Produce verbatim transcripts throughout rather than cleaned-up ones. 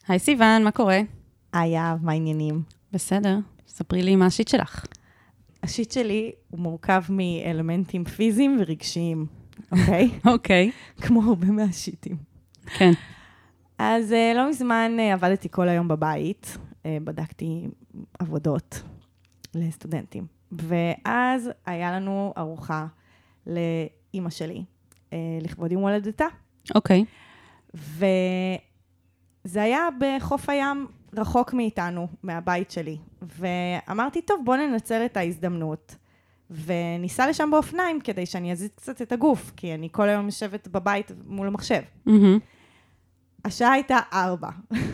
היי סיוון, מה קורה? היי אהב, מה העניינים? בסדר, ספרי לי מה השיט שלך. השיט שלי הוא מורכב מאלמנטים פיזיים ורגשיים, אוקיי? אוקיי. כמו הרבה מהשיטים. כן. אז לא מזמן עבדתי כל היום בבית, בדקתי עבודות לסטודנטים, ואז היה לנו ארוחה לאמא שלי, לכבוד יום הולדתה. אוקיי. וזה היה בחוף הים רחוק מאיתנו, מהבית שלי. ואמרתי, טוב, בוא ננצל את ההזדמנות, וניסע לשם באופניים כדי שאני אזיז קצת את הגוף, כי אני כל היום יושבת בבית מול המחשב. Mm-hmm. השעה הייתה ארבע.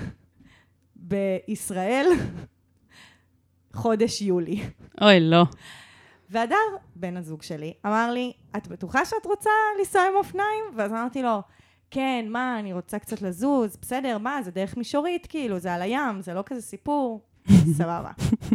בישראל, חודש יולי. אוי, לא. והדר, בן הזוג שלי, אמר לי, את בטוחה שאת רוצה לנסוע עם אופניים? ואז אמרתי לו, כן, מה, אני רוצה קצת לזוז, בסדר, מה, זה דרך מישורית, כאילו, זה על הים, זה לא כזה סיפור, סבבה.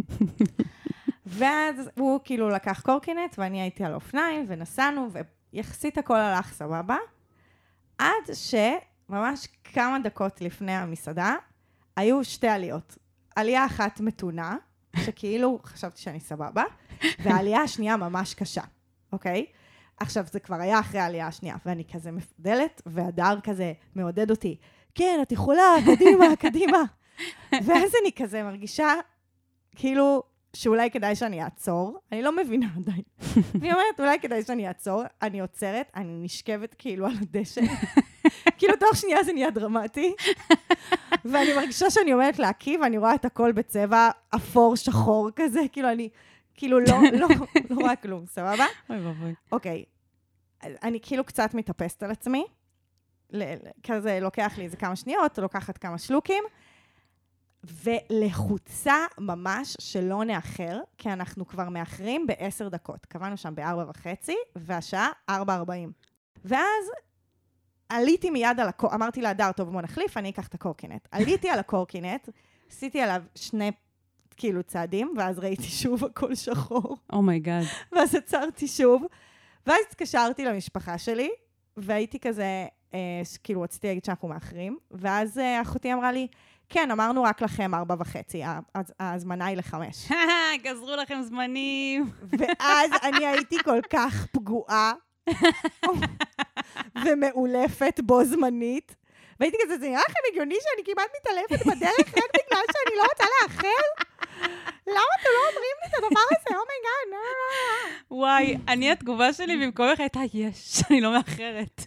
ואז הוא כאילו לקח קורקינט, ואני הייתי על אופניים, ונסענו, ויחסית הכל הלך סבבה, עד שממש כמה דקות לפני המסעדה, היו שתי עליות. עלייה אחת מתונה, שכאילו חשבתי שאני סבבה, והעלייה השנייה ממש קשה, אוקיי? עכשיו, זה כבר היה אחרי העלייה השנייה, ואני כזה מפדלת, והדר כזה מעודד אותי, כן, את יכולה, קדימה, קדימה. ואז אני כזה מרגישה, כאילו, שאולי כדאי שאני אעצור, אני לא מבינה עדיין. אני אומרת, אולי כדאי שאני אעצור, אני עוצרת, אני נשכבת כאילו על הדשא, כאילו תוך שנייה זה נהיה דרמטי, ואני מרגישה שאני עומדת להקיב, ואני רואה את הכל בצבע אפור, שחור כזה, כאילו אני... כאילו לא, לא, לא רואה כלום, סבבה? אוי בבוי. אוקיי, אני כאילו קצת מתאפסת על עצמי, כזה לוקח לי איזה כמה שניות, לוקחת כמה שלוקים, ולחוצה ממש שלא נאחר, כי אנחנו כבר מאחרים בעשר דקות. קבענו שם בארבע וחצי, והשעה ארבע ארבעים. ואז עליתי מיד על הקורקינט, אמרתי להדר, טוב בוא נחליף, אני אקח את הקורקינט. עליתי על הקורקינט, עשיתי עליו שני כאילו צעדים, ואז ראיתי שוב הכל שחור. אומייגאד. ואז עצרתי שוב, ואז התקשרתי למשפחה שלי, והייתי כזה, אה, כאילו רציתי להגיד שאנחנו מאחרים, ואז אה, אחותי אמרה לי, כן, אמרנו רק לכם ארבע וחצי, ההזמנה היא לחמש. גזרו לכם זמנים. ואז אני הייתי כל כך פגועה, ומאולפת בו זמנית, והייתי כזה, זה נראה לכם הגיוני שאני כמעט מתעלפת בדרך, רק בגלל שאני לא רוצה לאחר? למה אתם לא אומרים לי את הדבר הזה? אומייגאד, וואי, אני התגובה שלי במקומך הייתה, יש, אני לא מאחרת.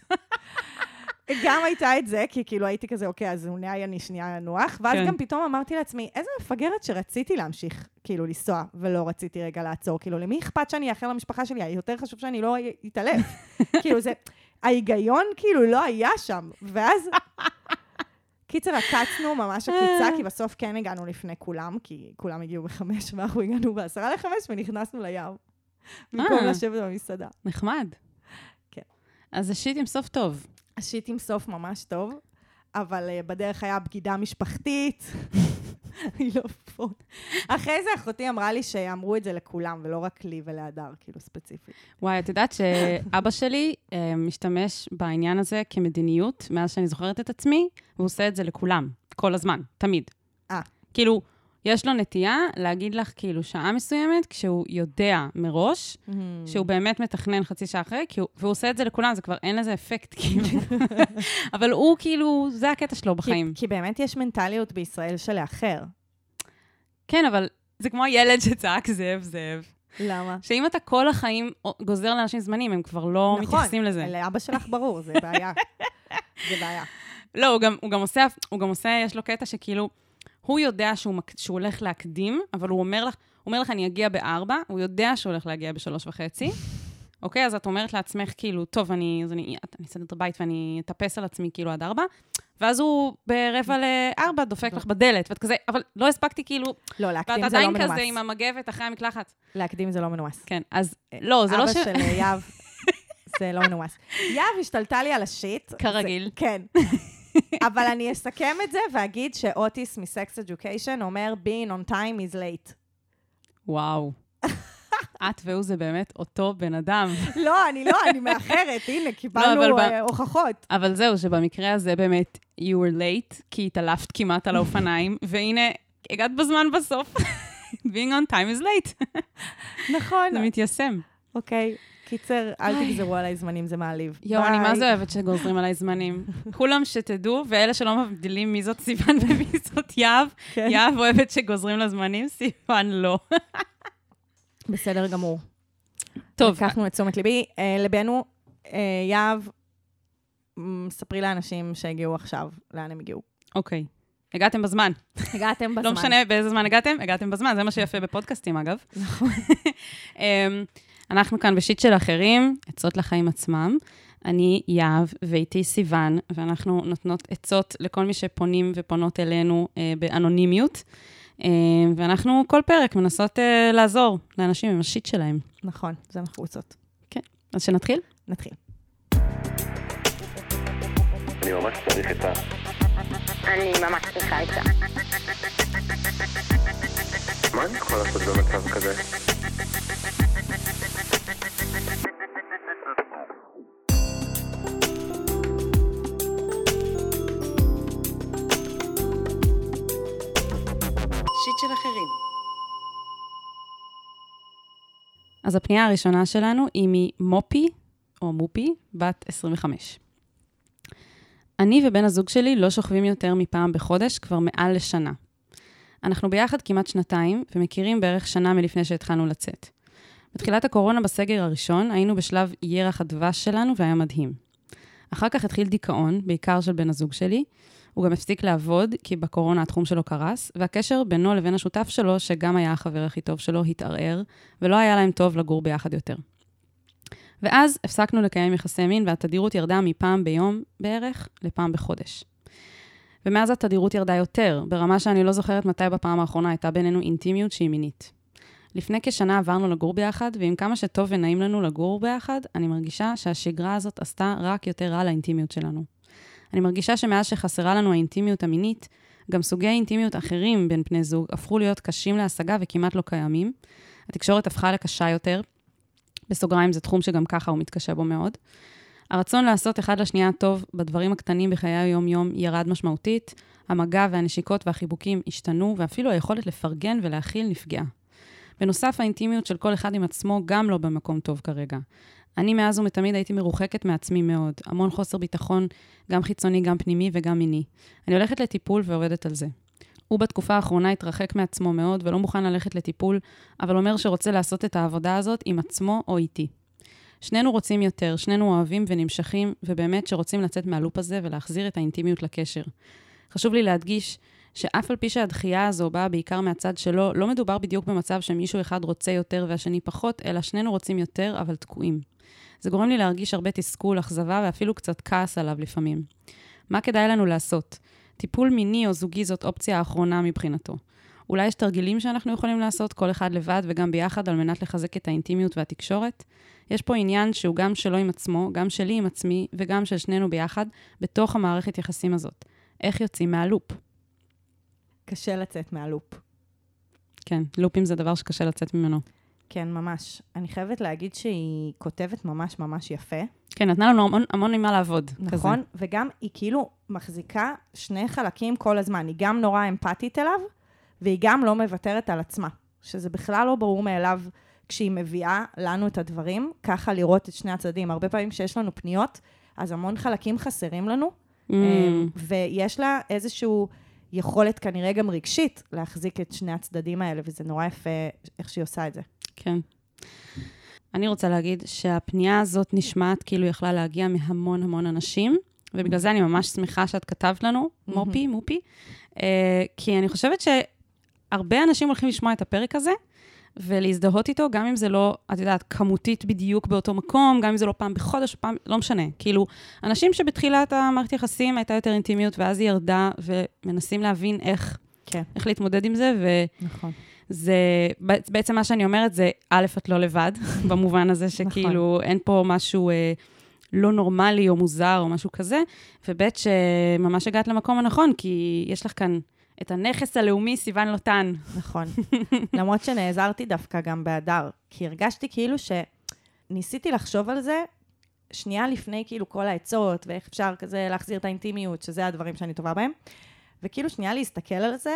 גם הייתה את זה, כי כאילו הייתי כזה, אוקיי, אז אולי אני שנייה לנוח, ואז גם פתאום אמרתי לעצמי, איזה מפגרת שרציתי להמשיך, כאילו, לנסוע, ולא רציתי רגע לעצור, כאילו, למי אכפת שאני אאחר למשפחה שלי? יותר חשוב שאני לא אתעלף. כאילו, זה, ההיגיון כאילו לא היה שם, ואז... קיצר, עקצנו ממש עקיצה, כי בסוף כן הגענו לפני כולם, כי כולם הגיעו בחמש, ואנחנו הגענו בעשרה לחמש, ונכנסנו לים. במקום לשבת במסעדה. נחמד. כן. אז השיט עם סוף טוב. השיט עם סוף ממש טוב, אבל בדרך היה בגידה משפחתית. היא לא פה. אחרי זה אחותי אמרה לי שאמרו את זה לכולם, ולא רק לי ולהדר, כאילו ספציפית. וואי, את יודעת שאבא שלי אה, משתמש בעניין הזה כמדיניות, מאז שאני זוכרת את עצמי, והוא עושה את זה לכולם, כל הזמן, תמיד. אה. כאילו, יש לו נטייה להגיד לך כאילו שעה מסוימת, כשהוא יודע מראש, mm-hmm. שהוא באמת מתכנן חצי שעה אחרי, הוא, והוא עושה את זה לכולם, זה כבר אין לזה אפקט, כאילו. אבל הוא כאילו, זה הקטע שלו בחיים. כי, כי באמת יש מנטליות בישראל של לאחר. כן, אבל זה כמו הילד שצעק זאב, זאב. למה? שאם אתה כל החיים גוזר לאנשים זמנים, הם כבר לא נכון, מתייחסים לזה. נכון, לאבא שלך ברור, זה בעיה. זה בעיה. לא, הוא גם, הוא גם עושה, הוא גם עושה, יש לו קטע שכאילו, הוא יודע שהוא, שהוא הולך להקדים, אבל הוא אומר לך, הוא אומר לך, אני אגיע בארבע, הוא יודע שהוא הולך להגיע בשלוש וחצי, אוקיי? אז את אומרת לעצמך, כאילו, טוב, אני, אז אני, אני אסדר את הבית ואני אטפס על עצמי, כאילו, עד ארבע, ואז הוא ברבע לארבע דופק לך בדלת, ואת כזה, אבל לא הספקתי, כאילו, לא, להקדים זה לא מנומס. ואת עדיין כזה עם המגבת אחרי המקלחת. להקדים זה לא מנומס. כן, אז, לא, זה לא ש... אבא של יאב, זה לא מנומס. יאב השתלטה לי על השיט. כרגיל. כן. אבל אני אסכם את זה ואגיד שאוטיס מסקס אדיוקיישן אומר being on time is late. וואו. את והוא זה באמת אותו בן אדם. לא, אני לא, אני מאחרת. הנה, קיבלנו הוכחות. אבל זהו, שבמקרה הזה באמת, you were late, כי התעלפת כמעט על האופניים, והנה, הגעת בזמן בסוף. being on time is late. נכון. זה מתיישם. אוקיי. קיצר, אל תגזרו עליי זמנים, זה מעליב. יו, אני מה זה אוהבת שגוזרים עליי זמנים. כולם שתדעו, ואלה שלא מבדילים מי זאת סיוון ומי זאת יהב, יהב אוהבת שגוזרים לה זמנים, סיוון לא. בסדר גמור. טוב. לקחנו את תשומת ליבי. לבנו, יהב, ספרי לאנשים שהגיעו עכשיו, לאן הם הגיעו. אוקיי. הגעתם בזמן. הגעתם בזמן. לא משנה באיזה זמן הגעתם, הגעתם בזמן, זה מה שיפה בפודקאסטים, אגב. נכון. אנחנו כאן בשיט של אחרים, עצות לחיים עצמם. אני יהב ואיתי סיוון, ואנחנו נותנות עצות לכל מי שפונים ופונות אלינו אה, באנונימיות. אה, ואנחנו כל פרק מנסות אה, לעזור לאנשים עם השיט שלהם. נכון, זה אנחנו רוצות. כן, אז שנתחיל? נתחיל. אני ממש צריך את ה... אני ממש צריכה את זה. מה אני יכול לעשות במצב כזה? שיט של אחרים. אז הפנייה הראשונה שלנו היא ממופי, או מופי, בת עשרים וחמש. אני ובן הזוג שלי לא שוכבים יותר מפעם בחודש, כבר מעל לשנה. אנחנו ביחד כמעט שנתיים, ומכירים בערך שנה מלפני שהתחלנו לצאת. בתחילת הקורונה בסגר הראשון, היינו בשלב ירח הדבש שלנו, והיה מדהים. אחר כך התחיל דיכאון, בעיקר של בן הזוג שלי. הוא גם הפסיק לעבוד, כי בקורונה התחום שלו קרס, והקשר בינו לבין השותף שלו, שגם היה החבר הכי טוב שלו, התערער, ולא היה להם טוב לגור ביחד יותר. ואז הפסקנו לקיים יחסי מין, והתדירות ירדה מפעם ביום בערך לפעם בחודש. ומאז התדירות ירדה יותר, ברמה שאני לא זוכרת מתי בפעם האחרונה הייתה בינינו אינטימיות שהיא מינית. לפני כשנה עברנו לגור ביחד, ועם כמה שטוב ונעים לנו לגור ביחד, אני מרגישה שהשגרה הזאת עשתה רק יותר רע לאינטימיות שלנו. אני מרגישה שמאז שחסרה לנו האינטימיות המינית, גם סוגי אינטימיות אחרים בין פני זוג הפכו להיות קשים להשגה וכמעט לא קיימים. התקשורת הפכה לקשה יותר, בסוגריים זה תחום שגם ככה הוא מתקשה בו מאוד. הרצון לעשות אחד לשנייה טוב בדברים הקטנים בחיי היום-יום ירד משמעותית, המגע והנשיקות והחיבוקים השתנו, ואפילו היכולת לפרגן ולהכיל נפגעה. בנוסף, האינטימיות של כל אחד עם עצמו גם לא במקום טוב כרגע. אני מאז ומתמיד הייתי מרוחקת מעצמי מאוד, המון חוסר ביטחון, גם חיצוני, גם פנימי וגם מיני. אני הולכת לטיפול ועובדת על זה. הוא בתקופה האחרונה התרחק מעצמו מאוד ולא מוכן ללכת לטיפול, אבל אומר שרוצה לעשות את העבודה הזאת עם עצמו או איתי. שנינו רוצים יותר, שנינו אוהבים ונמשכים, ובאמת שרוצים לצאת מהלופ הזה ולהחזיר את האינטימיות לקשר. חשוב לי להדגיש שאף על פי שהדחייה הזו באה בעיקר מהצד שלו, לא מדובר בדיוק במצב שמישהו אחד רוצה יותר והשני פחות, אלא שנינו רוצים יותר, אבל תקועים. זה גורם לי להרגיש הרבה תסכול, אכזבה ואפילו קצת כעס עליו לפעמים. מה כדאי לנו לעשות? טיפול מיני או זוגי זאת אופציה האחרונה מבחינתו. אולי יש תרגילים שאנחנו יכולים לעשות, כל אחד לבד וגם ביחד, על מנת לחזק את האינטימיות והתקשורת. יש פה עניין שהוא גם שלו עם עצמו, גם שלי עם עצמי, וגם של שנינו ביחד, בתוך המערכת יחסים הזאת. איך יוצאים מהלופ? קשה לצאת מהלופ. כן, לופים זה דבר שקשה לצאת ממנו. כן, ממש. אני חייבת להגיד שהיא כותבת ממש ממש יפה. כן, נתנה לנו המון, המון עם מה לעבוד. נכון, כזה. וגם היא כאילו מחזיקה שני חלקים כל הזמן. היא גם נורא אמפתית אליו, והיא גם לא מוותרת על עצמה. שזה בכלל לא ברור מאליו כשהיא מביאה לנו את הדברים, ככה לראות את שני הצדדים. הרבה פעמים שיש לנו פניות, אז המון חלקים חסרים לנו, mm. ויש לה איזשהו יכולת כנראה גם רגשית להחזיק את שני הצדדים האלה, וזה נורא יפה איך שהיא עושה את זה. כן. אני רוצה להגיד שהפנייה הזאת נשמעת כאילו יכלה להגיע מהמון המון אנשים, ובגלל זה אני ממש שמחה שאת כתבת לנו, מופי, מופי, כי אני חושבת שהרבה אנשים הולכים לשמוע את הפרק הזה, ולהזדהות איתו, גם אם זה לא, את יודעת, כמותית בדיוק באותו מקום, גם אם זה לא פעם בחודש, פעם, לא משנה. כאילו, אנשים שבתחילת המערכת יחסים הייתה יותר אינטימיות, ואז היא ירדה, ומנסים להבין איך, כן. איך להתמודד עם זה, ו... נכון. זה, בעצם מה שאני אומרת, זה א', את לא לבד, במובן הזה שכאילו, נכון. אין פה משהו אה, לא נורמלי או מוזר או משהו כזה, וב', שממש הגעת למקום הנכון, כי יש לך כאן את הנכס הלאומי סיוון לוטן. נכון. למרות שנעזרתי דווקא גם בהדר, כי הרגשתי כאילו שניסיתי לחשוב על זה, שנייה לפני כאילו כל העצות, ואיך אפשר כזה להחזיר את האינטימיות, שזה הדברים שאני טובה בהם, וכאילו שנייה להסתכל על זה,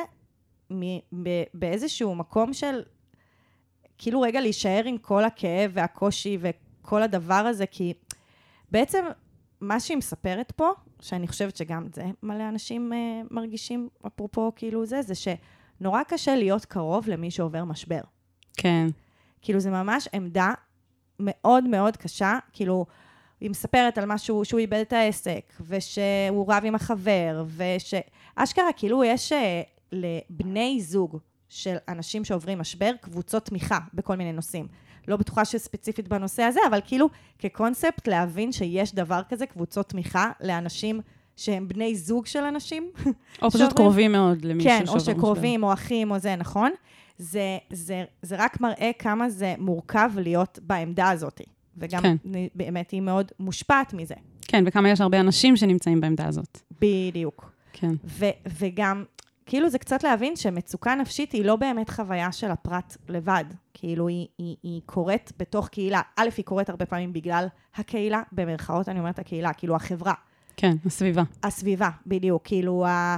באיזשהו מקום של, כאילו רגע להישאר עם כל הכאב והקושי וכל הדבר הזה, כי בעצם מה שהיא מספרת פה, שאני חושבת שגם זה מלא אנשים uh, מרגישים, אפרופו כאילו זה, זה שנורא קשה להיות קרוב למי שעובר משבר. כן. כאילו זה ממש עמדה מאוד מאוד קשה, כאילו היא מספרת על משהו שהוא איבד את העסק, ושהוא רב עם החבר, ושאשכרה כאילו יש uh, לבני זוג של אנשים שעוברים משבר, קבוצות תמיכה בכל מיני נושאים. לא בטוחה שספציפית בנושא הזה, אבל כאילו כקונספט להבין שיש דבר כזה, קבוצות תמיכה לאנשים שהם בני זוג של אנשים. או פשוט קרובים מאוד למישהו כן, או שקרובים, או אחים, או זה, נכון? זה, זה, זה רק מראה כמה זה מורכב להיות בעמדה הזאת. וגם כן. באמת היא מאוד מושפעת מזה. כן, וכמה יש הרבה אנשים שנמצאים בעמדה הזאת. בדיוק. כן. ו, וגם, כאילו זה קצת להבין שמצוקה נפשית היא לא באמת חוויה של הפרט לבד. כאילו היא, היא, היא קורית בתוך קהילה. א', היא קורית הרבה פעמים בגלל הקהילה, במרכאות אני אומרת הקהילה, כאילו החברה. כן, הסביבה. הסביבה, בדיוק. כאילו ה,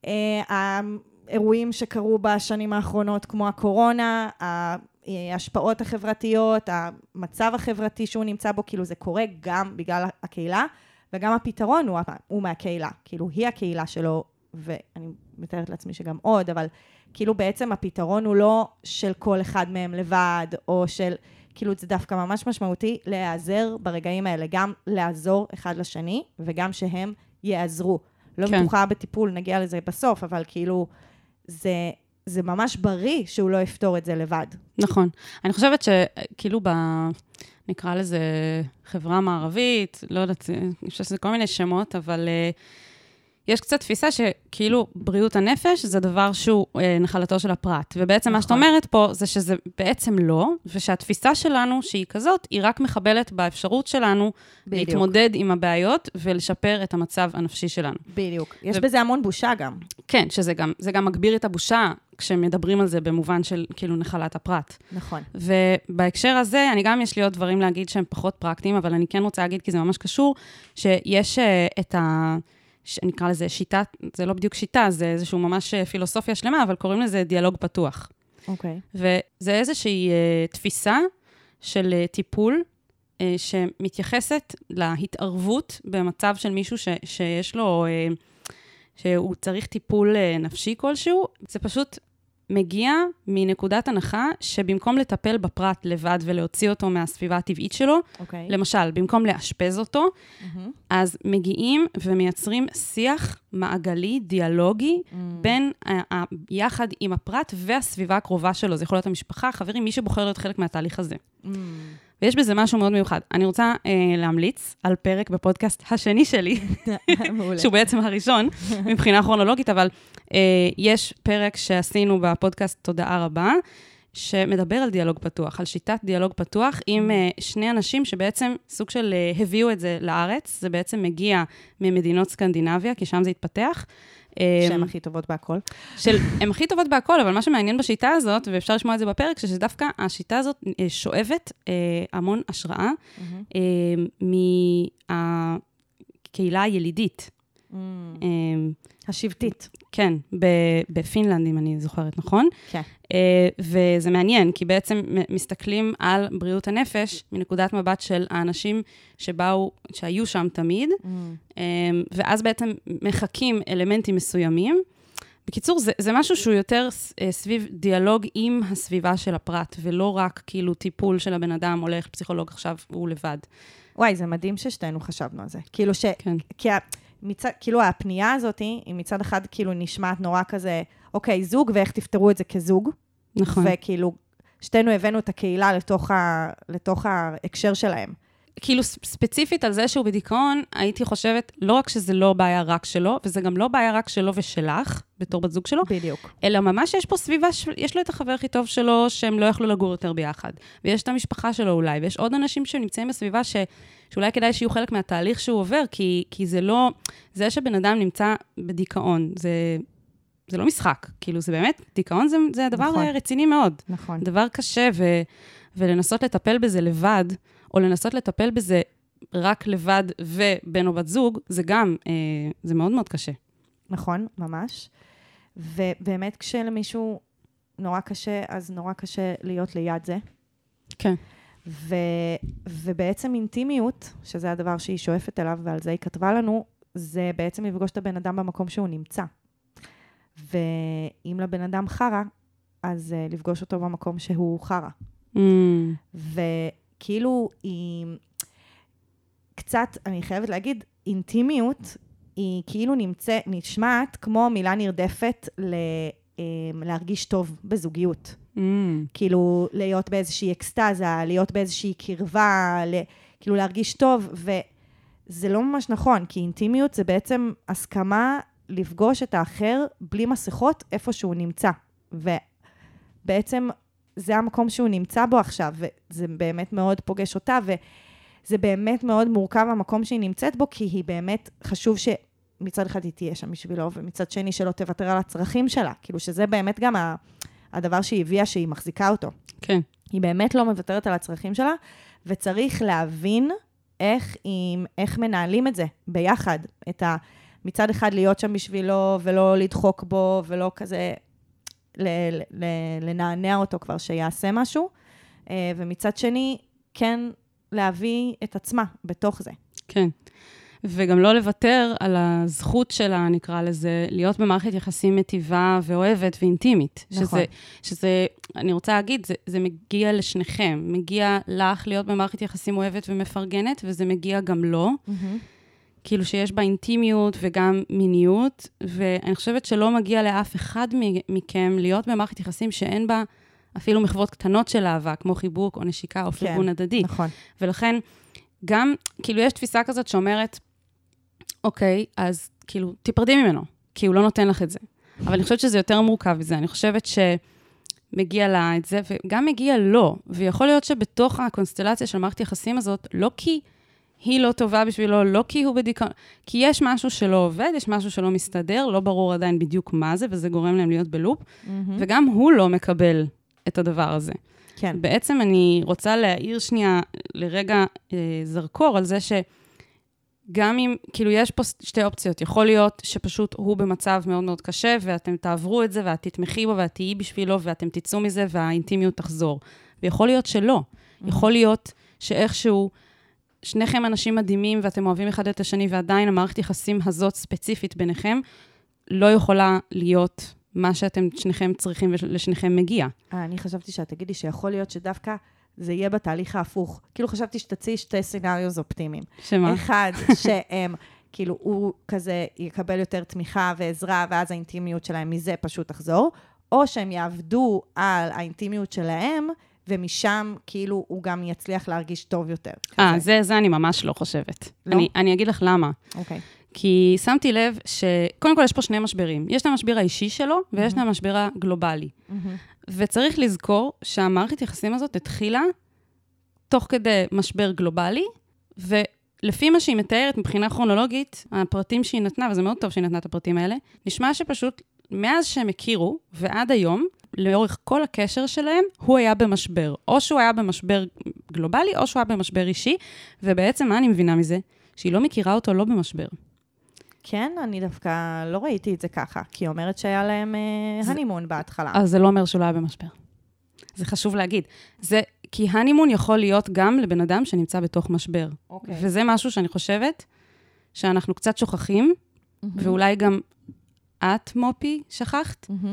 האירועים שקרו בשנים האחרונות, כמו הקורונה, ההשפעות החברתיות, המצב החברתי שהוא נמצא בו, כאילו זה קורה גם בגלל הקהילה, וגם הפתרון הוא, הוא מהקהילה. כאילו היא הקהילה שלו, ואני מתארת לעצמי שגם עוד, אבל כאילו בעצם הפתרון הוא לא של כל אחד מהם לבד, או של, כאילו זה דווקא ממש משמעותי להיעזר ברגעים האלה, גם לעזור אחד לשני, וגם שהם יעזרו. לא כן. בטוחה בטיפול, נגיע לזה בסוף, אבל כאילו זה, זה ממש בריא שהוא לא יפתור את זה לבד. נכון. אני חושבת שכאילו ב... נקרא לזה חברה מערבית, לא יודעת, אני חושבת שזה כל מיני שמות, אבל... יש קצת תפיסה שכאילו בריאות הנפש זה דבר שהוא אה, נחלתו של הפרט. ובעצם נכון. מה שאת אומרת פה זה שזה בעצם לא, ושהתפיסה שלנו שהיא כזאת, היא רק מחבלת באפשרות שלנו בדיוק. להתמודד עם הבעיות ולשפר את המצב הנפשי שלנו. בדיוק. יש ו... בזה המון בושה גם. כן, שזה גם, זה גם מגביר את הבושה כשמדברים על זה במובן של כאילו נחלת הפרט. נכון. ובהקשר הזה, אני גם יש לי עוד דברים להגיד שהם פחות פרקטיים, אבל אני כן רוצה להגיד, כי זה ממש קשור, שיש אה, את ה... נקרא לזה שיטה, זה לא בדיוק שיטה, זה איזשהו ממש פילוסופיה שלמה, אבל קוראים לזה דיאלוג פתוח. אוקיי. Okay. וזה איזושהי uh, תפיסה של uh, טיפול, uh, שמתייחסת להתערבות במצב של מישהו ש, שיש לו, uh, שהוא צריך טיפול uh, נפשי כלשהו, זה פשוט מגיע מנקודת הנחה שבמקום לטפל בפרט לבד ולהוציא אותו מהסביבה הטבעית שלו, okay. למשל, במקום לאשפז אותו, mm-hmm. אז מגיעים ומייצרים שיח מעגלי, דיאלוגי, mm-hmm. בין ה- ה- יחד עם הפרט והסביבה הקרובה שלו. זה יכול להיות המשפחה, חברים, מי שבוחר להיות חלק מהתהליך הזה. Mm-hmm. ויש בזה משהו מאוד מיוחד. אני רוצה אה, להמליץ על פרק בפודקאסט השני שלי, שהוא בעצם הראשון, מבחינה כרונולוגית, אבל אה, יש פרק שעשינו בפודקאסט תודעה רבה, שמדבר על דיאלוג פתוח, על שיטת דיאלוג פתוח, עם אה, שני אנשים שבעצם סוג של אה, הביאו את זה לארץ, זה בעצם מגיע ממדינות סקנדינביה, כי שם זה התפתח, שהן הכי טובות בהכל. הן הכי טובות בהכל, אבל מה שמעניין בשיטה הזאת, ואפשר לשמוע את זה בפרק, שדווקא השיטה הזאת שואבת המון השראה מהקהילה הילידית. השבטית. כן, בפינלנד, אם אני זוכרת, נכון? כן. וזה מעניין, כי בעצם מסתכלים על בריאות הנפש מנקודת מבט של האנשים שבאו, שהיו שם תמיד, ואז בעצם מחכים אלמנטים מסוימים. בקיצור, זה, זה משהו שהוא יותר סביב דיאלוג עם הסביבה של הפרט, ולא רק כאילו טיפול של הבן אדם, הולך פסיכולוג עכשיו, הוא לבד. וואי, זה מדהים ששתינו חשבנו על זה. כאילו ש... כן. כי מצד, כאילו הפנייה הזאת היא מצד אחד כאילו נשמעת נורא כזה, אוקיי, זוג ואיך תפתרו את זה כזוג. נכון. וכאילו שתינו הבאנו את הקהילה לתוך, ה, לתוך ההקשר שלהם. כאילו ספציפית על זה שהוא בדיכאון, הייתי חושבת לא רק שזה לא בעיה רק שלו, וזה גם לא בעיה רק שלו ושלך, בתור בת זוג שלו. בדיוק. אלא ממש יש פה סביבה, יש לו את החבר הכי טוב שלו, שהם לא יכלו לגור יותר ביחד. ויש את המשפחה שלו אולי, ויש עוד אנשים שנמצאים בסביבה ש... שאולי כדאי שיהיו חלק מהתהליך שהוא עובר, כי, כי זה לא... זה שבן אדם נמצא בדיכאון, זה... זה לא משחק. כאילו, זה באמת, דיכאון זה, זה הדבר נכון. רציני מאוד. נכון. דבר קשה, ו, ולנסות לטפל בזה לבד, או לנסות לטפל בזה רק לבד ובן או בת זוג, זה גם, אה, זה מאוד מאוד קשה. נכון, ממש. ובאמת כשלמישהו נורא קשה, אז נורא קשה להיות ליד זה. כן. ו, ובעצם אינטימיות, שזה הדבר שהיא שואפת אליו, ועל זה היא כתבה לנו, זה בעצם לפגוש את הבן אדם במקום שהוא נמצא. ואם לבן אדם חרה, אז uh, לפגוש אותו במקום שהוא חרה. Mm. וכאילו היא קצת, אני חייבת להגיד, אינטימיות היא כאילו נמצא, נשמעת כמו מילה נרדפת ל, um, להרגיש טוב בזוגיות. Mm. כאילו להיות באיזושהי אקסטזה, להיות באיזושהי קרבה, ל, כאילו להרגיש טוב, וזה לא ממש נכון, כי אינטימיות זה בעצם הסכמה לפגוש את האחר בלי מסכות איפה שהוא נמצא. ובעצם זה המקום שהוא נמצא בו עכשיו, וזה באמת מאוד פוגש אותה, וזה באמת מאוד מורכב המקום שהיא נמצאת בו, כי היא באמת חשוב שמצד אחד היא תהיה שם בשבילו, ומצד שני שלא תוותר על הצרכים שלה. כאילו שזה באמת גם ה... הדבר שהיא הביאה, שהיא מחזיקה אותו. כן. היא באמת לא מוותרת על הצרכים שלה, וצריך להבין איך, עם, איך מנהלים את זה ביחד. את ה, מצד אחד להיות שם בשבילו, ולא לדחוק בו, ולא כזה ל, ל, לנענע אותו כבר שיעשה משהו, ומצד שני, כן להביא את עצמה בתוך זה. כן. וגם לא לוותר על הזכות שלה, נקרא לזה, להיות במערכת יחסים מטיבה ואוהבת ואינטימית. נכון. שזה, שזה, אני רוצה להגיד, זה, זה מגיע לשניכם. מגיע לך להיות במערכת יחסים אוהבת ומפרגנת, וזה מגיע גם לו. Mm-hmm. כאילו שיש בה אינטימיות וגם מיניות, ואני חושבת שלא מגיע לאף אחד מכם להיות במערכת יחסים שאין בה אפילו מחוות קטנות של אהבה, כמו חיבוק או נשיקה או פרגון כן, הדדי. נכון. ולכן, גם, כאילו יש תפיסה כזאת שאומרת, אוקיי, אז כאילו, תיפרדי ממנו, כי הוא לא נותן לך את זה. אבל אני חושבת שזה יותר מורכב מזה. אני חושבת שמגיע לה את זה, וגם מגיע לו. ויכול להיות שבתוך הקונסטלציה של מערכת יחסים הזאת, לא כי היא לא טובה בשבילו, לא כי הוא בדיכאון, כי יש משהו שלא עובד, יש משהו שלא מסתדר, לא ברור עדיין בדיוק מה זה, וזה גורם להם להיות בלופ, mm-hmm. וגם הוא לא מקבל את הדבר הזה. כן. בעצם אני רוצה להעיר שנייה לרגע אה, זרקור על זה ש... גם אם, כאילו, יש פה שתי אופציות. יכול להיות שפשוט הוא במצב מאוד מאוד קשה, ואתם תעברו את זה, ואת תתמכי בו, ואת תהיי בשבילו, ואתם תצאו מזה, והאינטימיות תחזור. ויכול להיות שלא. יכול להיות שאיכשהו, שניכם אנשים מדהימים, ואתם אוהבים אחד את השני, ועדיין המערכת יחסים הזאת ספציפית ביניכם, לא יכולה להיות מה שאתם שניכם צריכים, ולשניכם מגיע. אני חשבתי שאת תגידי שיכול להיות שדווקא זה יהיה בתהליך ההפוך. כאילו חשבתי שתציעי שתי סצנריוז אופטימיים. שמה? אחד, שהם, כאילו, הוא כזה יקבל יותר תמיכה ועזרה, ואז האינטימיות שלהם מזה פשוט תחזור, או שהם יעבדו על האינטימיות שלהם, ומשם, כאילו, הוא גם יצליח להרגיש טוב יותר. אה, זה, זה אני ממש לא חושבת. לא? אני, אני אגיד לך למה. אוקיי. כי שמתי לב שקודם כל יש פה שני משברים. יש את המשבר האישי שלו, ויש את המשבר הגלובלי. וצריך לזכור שהמערכת יחסים הזאת התחילה תוך כדי משבר גלובלי, ולפי מה שהיא מתארת מבחינה כרונולוגית, הפרטים שהיא נתנה, וזה מאוד טוב שהיא נתנה את הפרטים האלה, נשמע שפשוט מאז שהם הכירו, ועד היום, לאורך כל הקשר שלהם, הוא היה במשבר. או שהוא היה במשבר גלובלי, או שהוא היה במשבר אישי, ובעצם מה אני מבינה מזה? שהיא לא מכירה אותו לא במשבר. כן, אני דווקא לא ראיתי את זה ככה, כי היא אומרת שהיה להם uh, הנימון בהתחלה. אז זה לא אומר שהוא לא היה במשבר. זה חשוב להגיד. זה, כי הנימון יכול להיות גם לבן אדם שנמצא בתוך משבר. אוקיי. וזה משהו שאני חושבת שאנחנו קצת שוכחים, mm-hmm. ואולי גם את, מופי, שכחת, mm-hmm.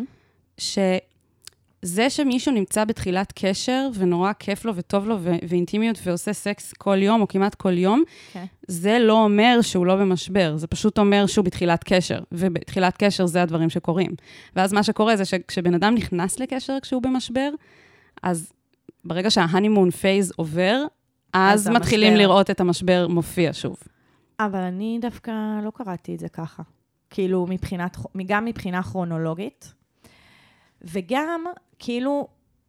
שזה שמישהו נמצא בתחילת קשר, ונורא כיף לו וטוב לו, ו- ואינטימיות, ועושה סקס כל יום, או כמעט כל יום, okay. זה לא אומר שהוא לא במשבר, זה פשוט אומר שהוא בתחילת קשר, ובתחילת קשר זה הדברים שקורים. ואז מה שקורה זה שכשבן אדם נכנס לקשר כשהוא במשבר, אז ברגע שההנימון פייז עובר, אז, אז מתחילים המשבר. לראות את המשבר מופיע שוב. אבל אני דווקא לא קראתי את זה ככה. כאילו, מבחינת, גם מבחינה כרונולוגית, וגם, כאילו,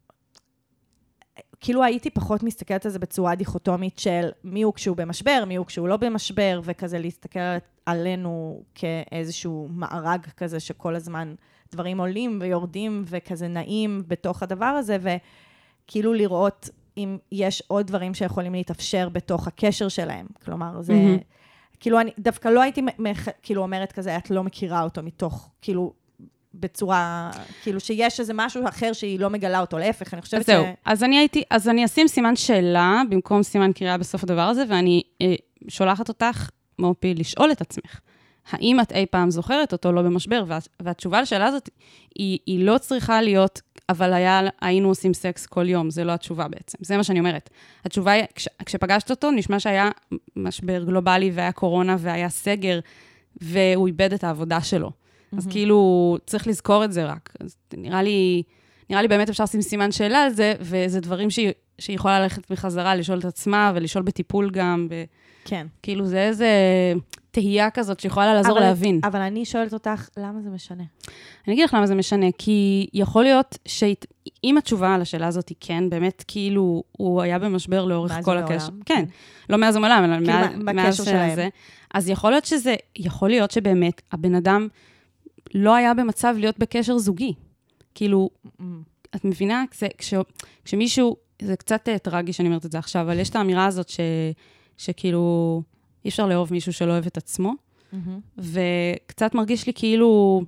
כאילו הייתי פחות מסתכלת על זה בצורה דיכוטומית של מי הוא כשהוא במשבר, מי הוא כשהוא לא במשבר, וכזה להסתכל עלינו כאיזשהו מארג כזה שכל הזמן דברים עולים ויורדים וכזה נעים בתוך הדבר הזה, וכאילו לראות אם יש עוד דברים שיכולים להתאפשר בתוך הקשר שלהם. כלומר, זה... Mm-hmm. כאילו, אני דווקא לא הייתי מח... כאילו אומרת כזה, את לא מכירה אותו מתוך, כאילו, בצורה, כאילו שיש איזה משהו אחר שהיא לא מגלה אותו, להפך, אני חושבת ש... זהו, אז אני הייתי, אז אני אשים סימן שאלה, במקום סימן קריאה בסוף הדבר הזה, ואני אה, שולחת אותך, מופי, לשאול את עצמך. האם את אי פעם זוכרת אותו לא במשבר? וה, והתשובה לשאלה הזאת, היא, היא לא צריכה להיות, אבל היה, היינו עושים סקס כל יום, זה לא התשובה בעצם. זה מה שאני אומרת. התשובה היא, כש, כשפגשת אותו, נשמע שהיה משבר גלובלי, והיה קורונה, והיה סגר, והוא איבד את העבודה שלו. אז כאילו, צריך לזכור את זה רק. אז נראה לי, נראה לי באמת אפשר לשים סימן שאלה על זה, וזה דברים שהיא, שהיא יכולה ללכת בחזרה, לשאול את עצמה, ולשאול בטיפול גם, ו... כן. כאילו, זה איזה תהייה כזאת שיכולה לעזור אבל, להבין. אבל אני שואלת אותך, למה זה משנה? אני אגיד לך למה זה משנה, כי יכול להיות שאם התשובה על השאלה הזאת היא כן, באמת כאילו הוא היה במשבר לאורך כל הקשר. כן, לא מאז ומעולם, אלא כאילו מאז שזה. אז יכול להיות שזה, יכול להיות שבאמת הבן אדם לא היה במצב להיות בקשר זוגי. כאילו, את מבינה? כשמישהו, זה קצת טרגי שאני אומרת את זה עכשיו, אבל יש את האמירה הזאת ש... שכאילו, אי אפשר לאהוב מישהו שלא אוהב את עצמו, mm-hmm. וקצת מרגיש לי כאילו,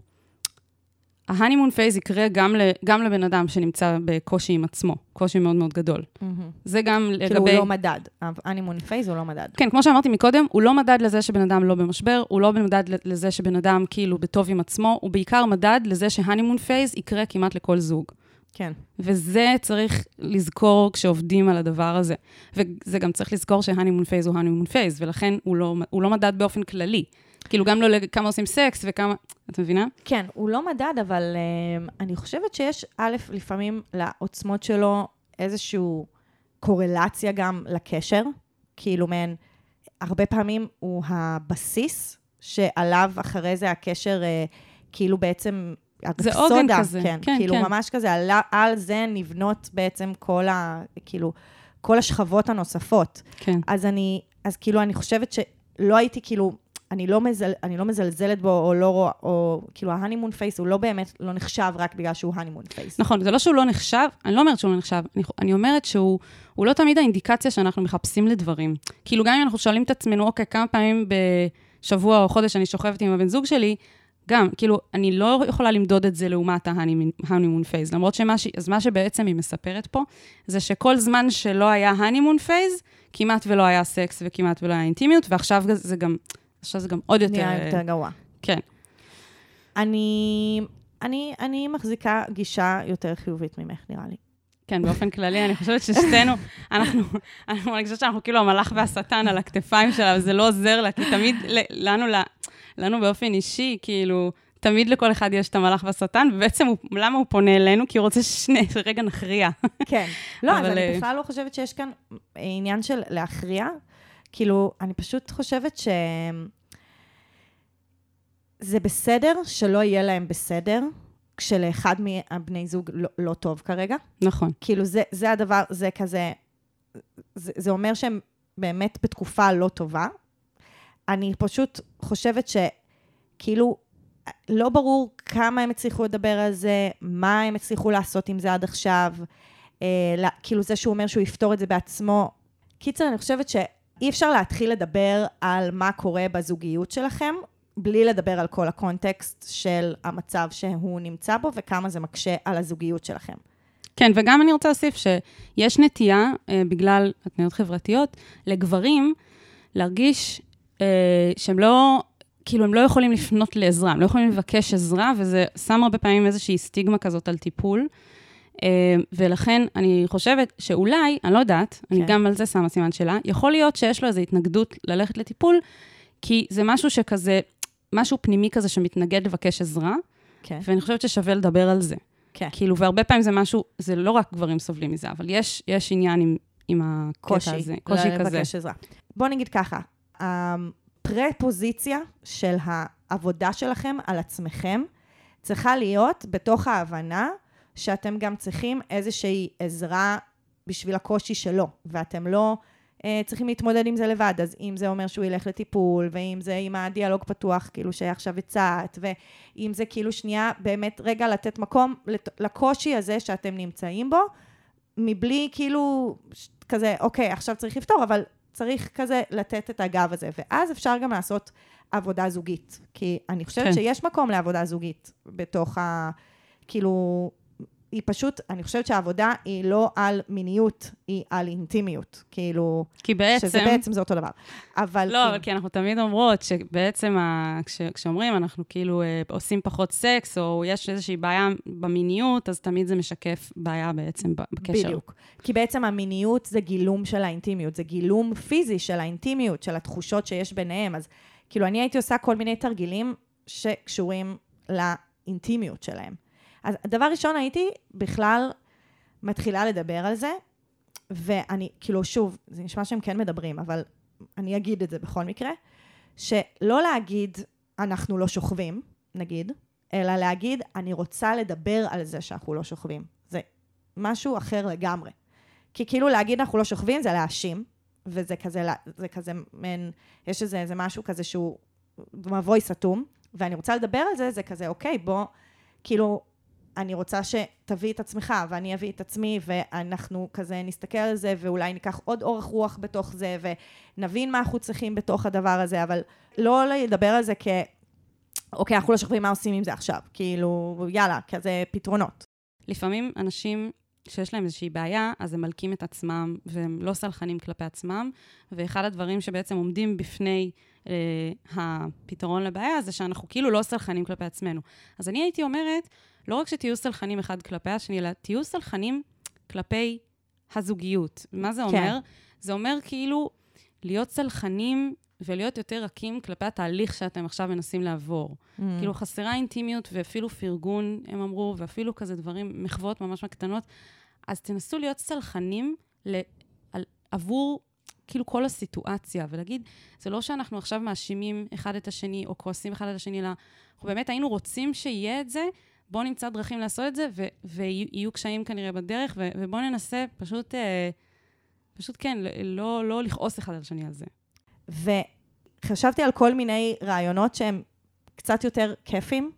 ההנימון פייז יקרה גם, ל, גם לבן אדם שנמצא בקושי עם עצמו, קושי מאוד מאוד גדול. Mm-hmm. זה גם לגבי... כאילו הוא לא מדד, ההנימון פייז הוא לא מדד. כן, כמו שאמרתי מקודם, הוא לא מדד לזה שבן אדם לא במשבר, הוא לא מדד לזה שבן אדם כאילו בטוב עם עצמו, הוא בעיקר מדד לזה שההנימון פייז יקרה כמעט לכל זוג. כן. וזה צריך לזכור כשעובדים על הדבר הזה. וזה גם צריך לזכור שההנימון פייז הוא הנימון פייז, ולכן הוא לא, הוא לא מדד באופן כללי. כאילו גם לא כמה עושים סקס וכמה... את מבינה? כן, הוא לא מדד, אבל uh, אני חושבת שיש א', לפעמים לעוצמות שלו איזושהי קורלציה גם לקשר. כאילו, מן, הרבה פעמים הוא הבסיס שעליו אחרי זה הקשר uh, כאילו בעצם... זה עוגן כזה. כן, כן, כאילו כן. ממש כזה, על, על זה נבנות בעצם כל ה... כאילו, כל השכבות הנוספות. כן. אז אני, אז כאילו, אני חושבת שלא הייתי כאילו... אני לא, מזל, אני לא מזלזלת בו, או לא, או כאילו, ההנימון פייס הוא לא באמת, לא נחשב רק בגלל שהוא הנימון פייס. נכון, זה לא שהוא לא נחשב, אני לא אומרת שהוא לא נחשב, אני, אני אומרת שהוא הוא לא תמיד האינדיקציה שאנחנו מחפשים לדברים. כאילו, גם אם אנחנו שואלים את עצמנו, אוקיי, כמה פעמים בשבוע או חודש אני שוכבת עם הבן זוג שלי, גם, כאילו, אני לא יכולה למדוד את זה לעומת ההנימון פייס, למרות שמה, אז מה שבעצם היא מספרת פה, זה שכל זמן שלא היה ההנימון פייס, כמעט ולא היה סקס וכמעט ולא היה אינטימיות, ועכשיו זה גם... עכשיו זה גם עוד יותר... נראה יותר גרוע. כן. אני, אני, אני מחזיקה גישה יותר חיובית ממך, נראה לי. כן, באופן כללי, אני חושבת ששתינו, אנחנו, אנחנו מרגישה שאנחנו כאילו המלאך והשטן על הכתפיים שלה, וזה לא עוזר לה, כי תמיד לנו, לנו באופן אישי, כאילו, תמיד לכל אחד יש את המלאך והשטן, ובעצם הוא, למה הוא פונה אלינו? כי הוא רוצה ששני, רגע נכריע. כן. לא, אז אני בכלל לא חושבת שיש כאן עניין של להכריע, כאילו, אני פשוט חושבת ש... זה בסדר שלא יהיה להם בסדר, כשלאחד מהבני זוג לא, לא טוב כרגע. נכון. כאילו, זה, זה הדבר, זה כזה... זה, זה אומר שהם באמת בתקופה לא טובה. אני פשוט חושבת שכאילו, לא ברור כמה הם הצליחו לדבר על זה, מה הם הצליחו לעשות עם זה עד עכשיו, אה, כאילו זה שהוא אומר שהוא יפתור את זה בעצמו. קיצר, אני חושבת ש... אי אפשר להתחיל לדבר על מה קורה בזוגיות שלכם, בלי לדבר על כל הקונטקסט של המצב שהוא נמצא בו, וכמה זה מקשה על הזוגיות שלכם. כן, וגם אני רוצה להוסיף שיש נטייה, אה, בגלל התניות חברתיות, לגברים להרגיש אה, שהם לא, כאילו הם לא יכולים לפנות לעזרה, הם לא יכולים לבקש עזרה, וזה שם הרבה פעמים איזושהי סטיגמה כזאת על טיפול, ולכן אני חושבת שאולי, אני לא יודעת, אני גם על זה שמה סימן שלה, יכול להיות שיש לו איזו התנגדות ללכת לטיפול, כי זה משהו שכזה, משהו פנימי כזה שמתנגד לבקש עזרה, ואני חושבת ששווה לדבר על זה. כאילו, והרבה פעמים זה משהו, זה לא רק גברים סובלים מזה, אבל יש, יש עניין עם, עם הקטע הזה, קושי כזה. לבקש עזרה. בוא נגיד ככה, הפרפוזיציה של העבודה שלכם על עצמכם, צריכה להיות בתוך ההבנה, שאתם גם צריכים איזושהי עזרה בשביל הקושי שלו, ואתם לא צריכים להתמודד עם זה לבד, אז אם זה אומר שהוא ילך לטיפול, ואם זה עם הדיאלוג פתוח, כאילו שעכשיו הצעת, ואם זה כאילו שנייה, באמת רגע לתת מקום לקושי הזה שאתם נמצאים בו, מבלי כאילו כזה, אוקיי, עכשיו צריך לפתור, אבל צריך כזה לתת את הגב הזה, ואז אפשר גם לעשות עבודה זוגית, כי אני חושבת כן. שיש מקום לעבודה זוגית בתוך ה... כאילו... היא פשוט, אני חושבת שהעבודה היא לא על מיניות, היא על אינטימיות, כאילו, כי בעצם, שזה בעצם זה אותו דבר. אבל לא, אבל כי אנחנו תמיד אומרות שבעצם, ה, כש, כשאומרים, אנחנו כאילו אה, עושים פחות סקס, או יש איזושהי בעיה במיניות, אז תמיד זה משקף בעיה בעצם בקשר. בדיוק. כי בעצם המיניות זה גילום של האינטימיות, זה גילום פיזי של האינטימיות, של התחושות שיש ביניהם. אז כאילו, אני הייתי עושה כל מיני תרגילים שקשורים לאינטימיות שלהם. אז הדבר ראשון הייתי בכלל מתחילה לדבר על זה, ואני, כאילו שוב, זה נשמע שהם כן מדברים, אבל אני אגיד את זה בכל מקרה, שלא להגיד אנחנו לא שוכבים, נגיד, אלא להגיד אני רוצה לדבר על זה שאנחנו לא שוכבים. זה משהו אחר לגמרי. כי כאילו להגיד אנחנו לא שוכבים זה להאשים, וזה כזה, זה כזה, מן, יש איזה, איזה משהו כזה שהוא מבוי סתום, ואני רוצה לדבר על זה, זה כזה, אוקיי, בוא, כאילו, אני רוצה שתביא את עצמך, ואני אביא את עצמי, ואנחנו כזה נסתכל על זה, ואולי ניקח עוד אורך רוח בתוך זה, ונבין מה אנחנו צריכים בתוך הדבר הזה, אבל לא לדבר על זה כ... אוקיי, אנחנו לא שוכבים מה עושים עם זה עכשיו, כאילו, יאללה, כזה פתרונות. לפעמים אנשים שיש להם איזושהי בעיה, אז הם מלקים את עצמם, והם לא סלחנים כלפי עצמם, ואחד הדברים שבעצם עומדים בפני אה, הפתרון לבעיה, זה שאנחנו כאילו לא סלחנים כלפי עצמנו. אז אני הייתי אומרת, לא רק שתהיו סלחנים אחד כלפי השני, אלא תהיו סלחנים כלפי הזוגיות. מה זה אומר? כן. זה אומר כאילו להיות סלחנים ולהיות יותר רכים כלפי התהליך שאתם עכשיו מנסים לעבור. Mm. כאילו חסרה אינטימיות ואפילו פרגון, הם אמרו, ואפילו כזה דברים, מחוות ממש מקטנות. אז תנסו להיות סלחנים ל... על... עבור כאילו כל הסיטואציה, ולהגיד, זה לא שאנחנו עכשיו מאשימים אחד את השני, או כועסים אחד את השני, אלא אנחנו באמת היינו רוצים שיהיה את זה, בואו נמצא דרכים לעשות את זה, ו- ויהיו קשיים כנראה בדרך, ו- ובואו ננסה פשוט, אה, פשוט כן, לא, לא לכעוס אחד על השני על זה. וחשבתי על כל מיני רעיונות שהם קצת יותר כיפים,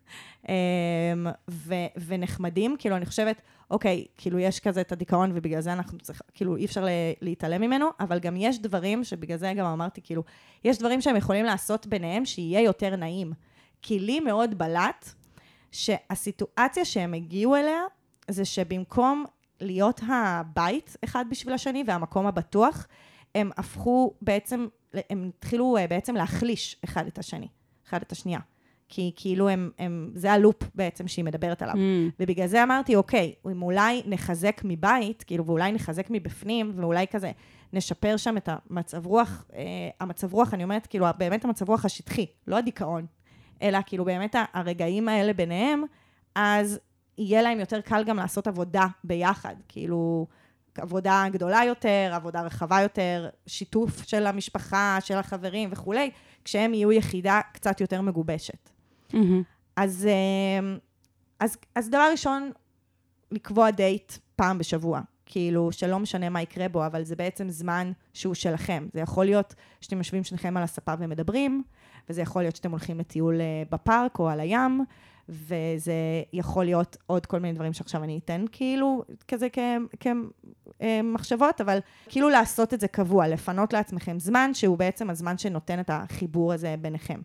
ו- ונחמדים, כאילו אני חושבת, אוקיי, כאילו יש כזה את הדיכאון, ובגלל זה אנחנו צריכים, כאילו אי אפשר להתעלם ממנו, אבל גם יש דברים, שבגלל זה גם אמרתי, כאילו, יש דברים שהם יכולים לעשות ביניהם, שיהיה יותר נעים. כי לי מאוד בלט, שהסיטואציה שהם הגיעו אליה, זה שבמקום להיות הבית אחד בשביל השני, והמקום הבטוח, הם הפכו בעצם, הם התחילו בעצם להחליש אחד את השני, אחד את השנייה. כי כאילו הם, הם, זה הלופ בעצם שהיא מדברת עליו. Mm. ובגלל זה אמרתי, אוקיי, אם אולי נחזק מבית, כאילו, ואולי נחזק מבפנים, ואולי כזה נשפר שם את המצב רוח, אה, המצב רוח, אני אומרת, כאילו, באמת המצב רוח השטחי, לא הדיכאון. אלא כאילו באמת הרגעים האלה ביניהם, אז יהיה להם יותר קל גם לעשות עבודה ביחד, כאילו עבודה גדולה יותר, עבודה רחבה יותר, שיתוף של המשפחה, של החברים וכו', כשהם יהיו יחידה קצת יותר מגובשת. Mm-hmm. אז, אז, אז דבר ראשון, לקבוע דייט פעם בשבוע, כאילו שלא משנה מה יקרה בו, אבל זה בעצם זמן שהוא שלכם. זה יכול להיות שאתם יושבים שניכם על הספה ומדברים, וזה יכול להיות שאתם הולכים לטיול בפארק או על הים, וזה יכול להיות עוד כל מיני דברים שעכשיו אני אתן כאילו כזה כמחשבות, אבל כאילו לעשות את זה קבוע, לפנות לעצמכם זמן, שהוא בעצם הזמן שנותן את החיבור הזה ביניכם.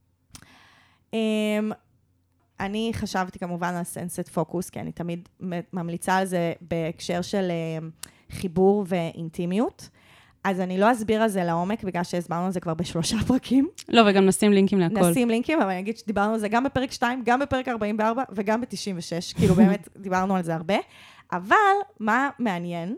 אני חשבתי כמובן על סנסט פוקוס, כי אני תמיד ממליצה על זה בהקשר של חיבור ואינטימיות. אז אני לא אסביר על זה לעומק, בגלל שהסברנו על זה כבר בשלושה פרקים. לא, וגם נשים לינקים להכל. נשים לינקים, אבל אני אגיד שדיברנו על זה גם בפרק שתיים, גם בפרק ארבעים וארבע, וגם ב-תשעים ושש. כאילו באמת דיברנו על זה הרבה. אבל מה מעניין?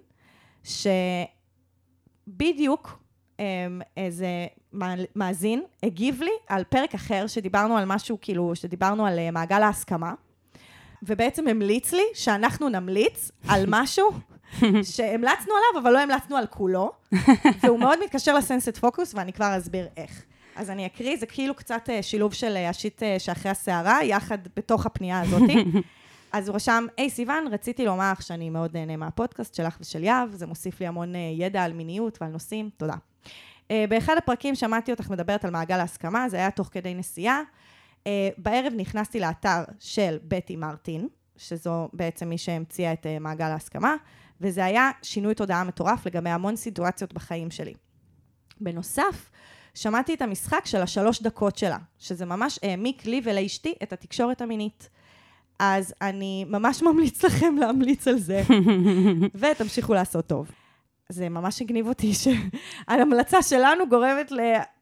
שבדיוק איזה מאזין הגיב לי על פרק אחר, שדיברנו על משהו, כאילו, שדיברנו על מעגל ההסכמה, ובעצם המליץ לי שאנחנו נמליץ על משהו שהמלצנו עליו, אבל לא המלצנו על כולו, והוא מאוד מתקשר לסנסט פוקוס, ואני כבר אסביר איך. אז אני אקריא, זה כאילו קצת שילוב של השיט שאחרי הסערה, יחד בתוך הפנייה הזאת. אז הוא רשם, היי סיוון, רציתי לומר שאני מאוד נהנה מהפודקאסט שלך ושל יב, זה מוסיף לי המון ידע על מיניות ועל נושאים, תודה. באחד הפרקים שמעתי אותך מדברת על מעגל ההסכמה, זה היה תוך כדי נסיעה. בערב נכנסתי לאתר של בטי מרטין, שזו בעצם מי שהמציאה את מעגל ההסכמה, וזה היה שינוי תודעה מטורף לגבי המון סיטואציות בחיים שלי. בנוסף, שמעתי את המשחק של השלוש דקות שלה, שזה ממש העמיק לי ולאשתי את התקשורת המינית. אז אני ממש ממליץ לכם להמליץ על זה, ותמשיכו לעשות טוב. זה ממש הגניב אותי שההמלצה שלנו גורמת ל...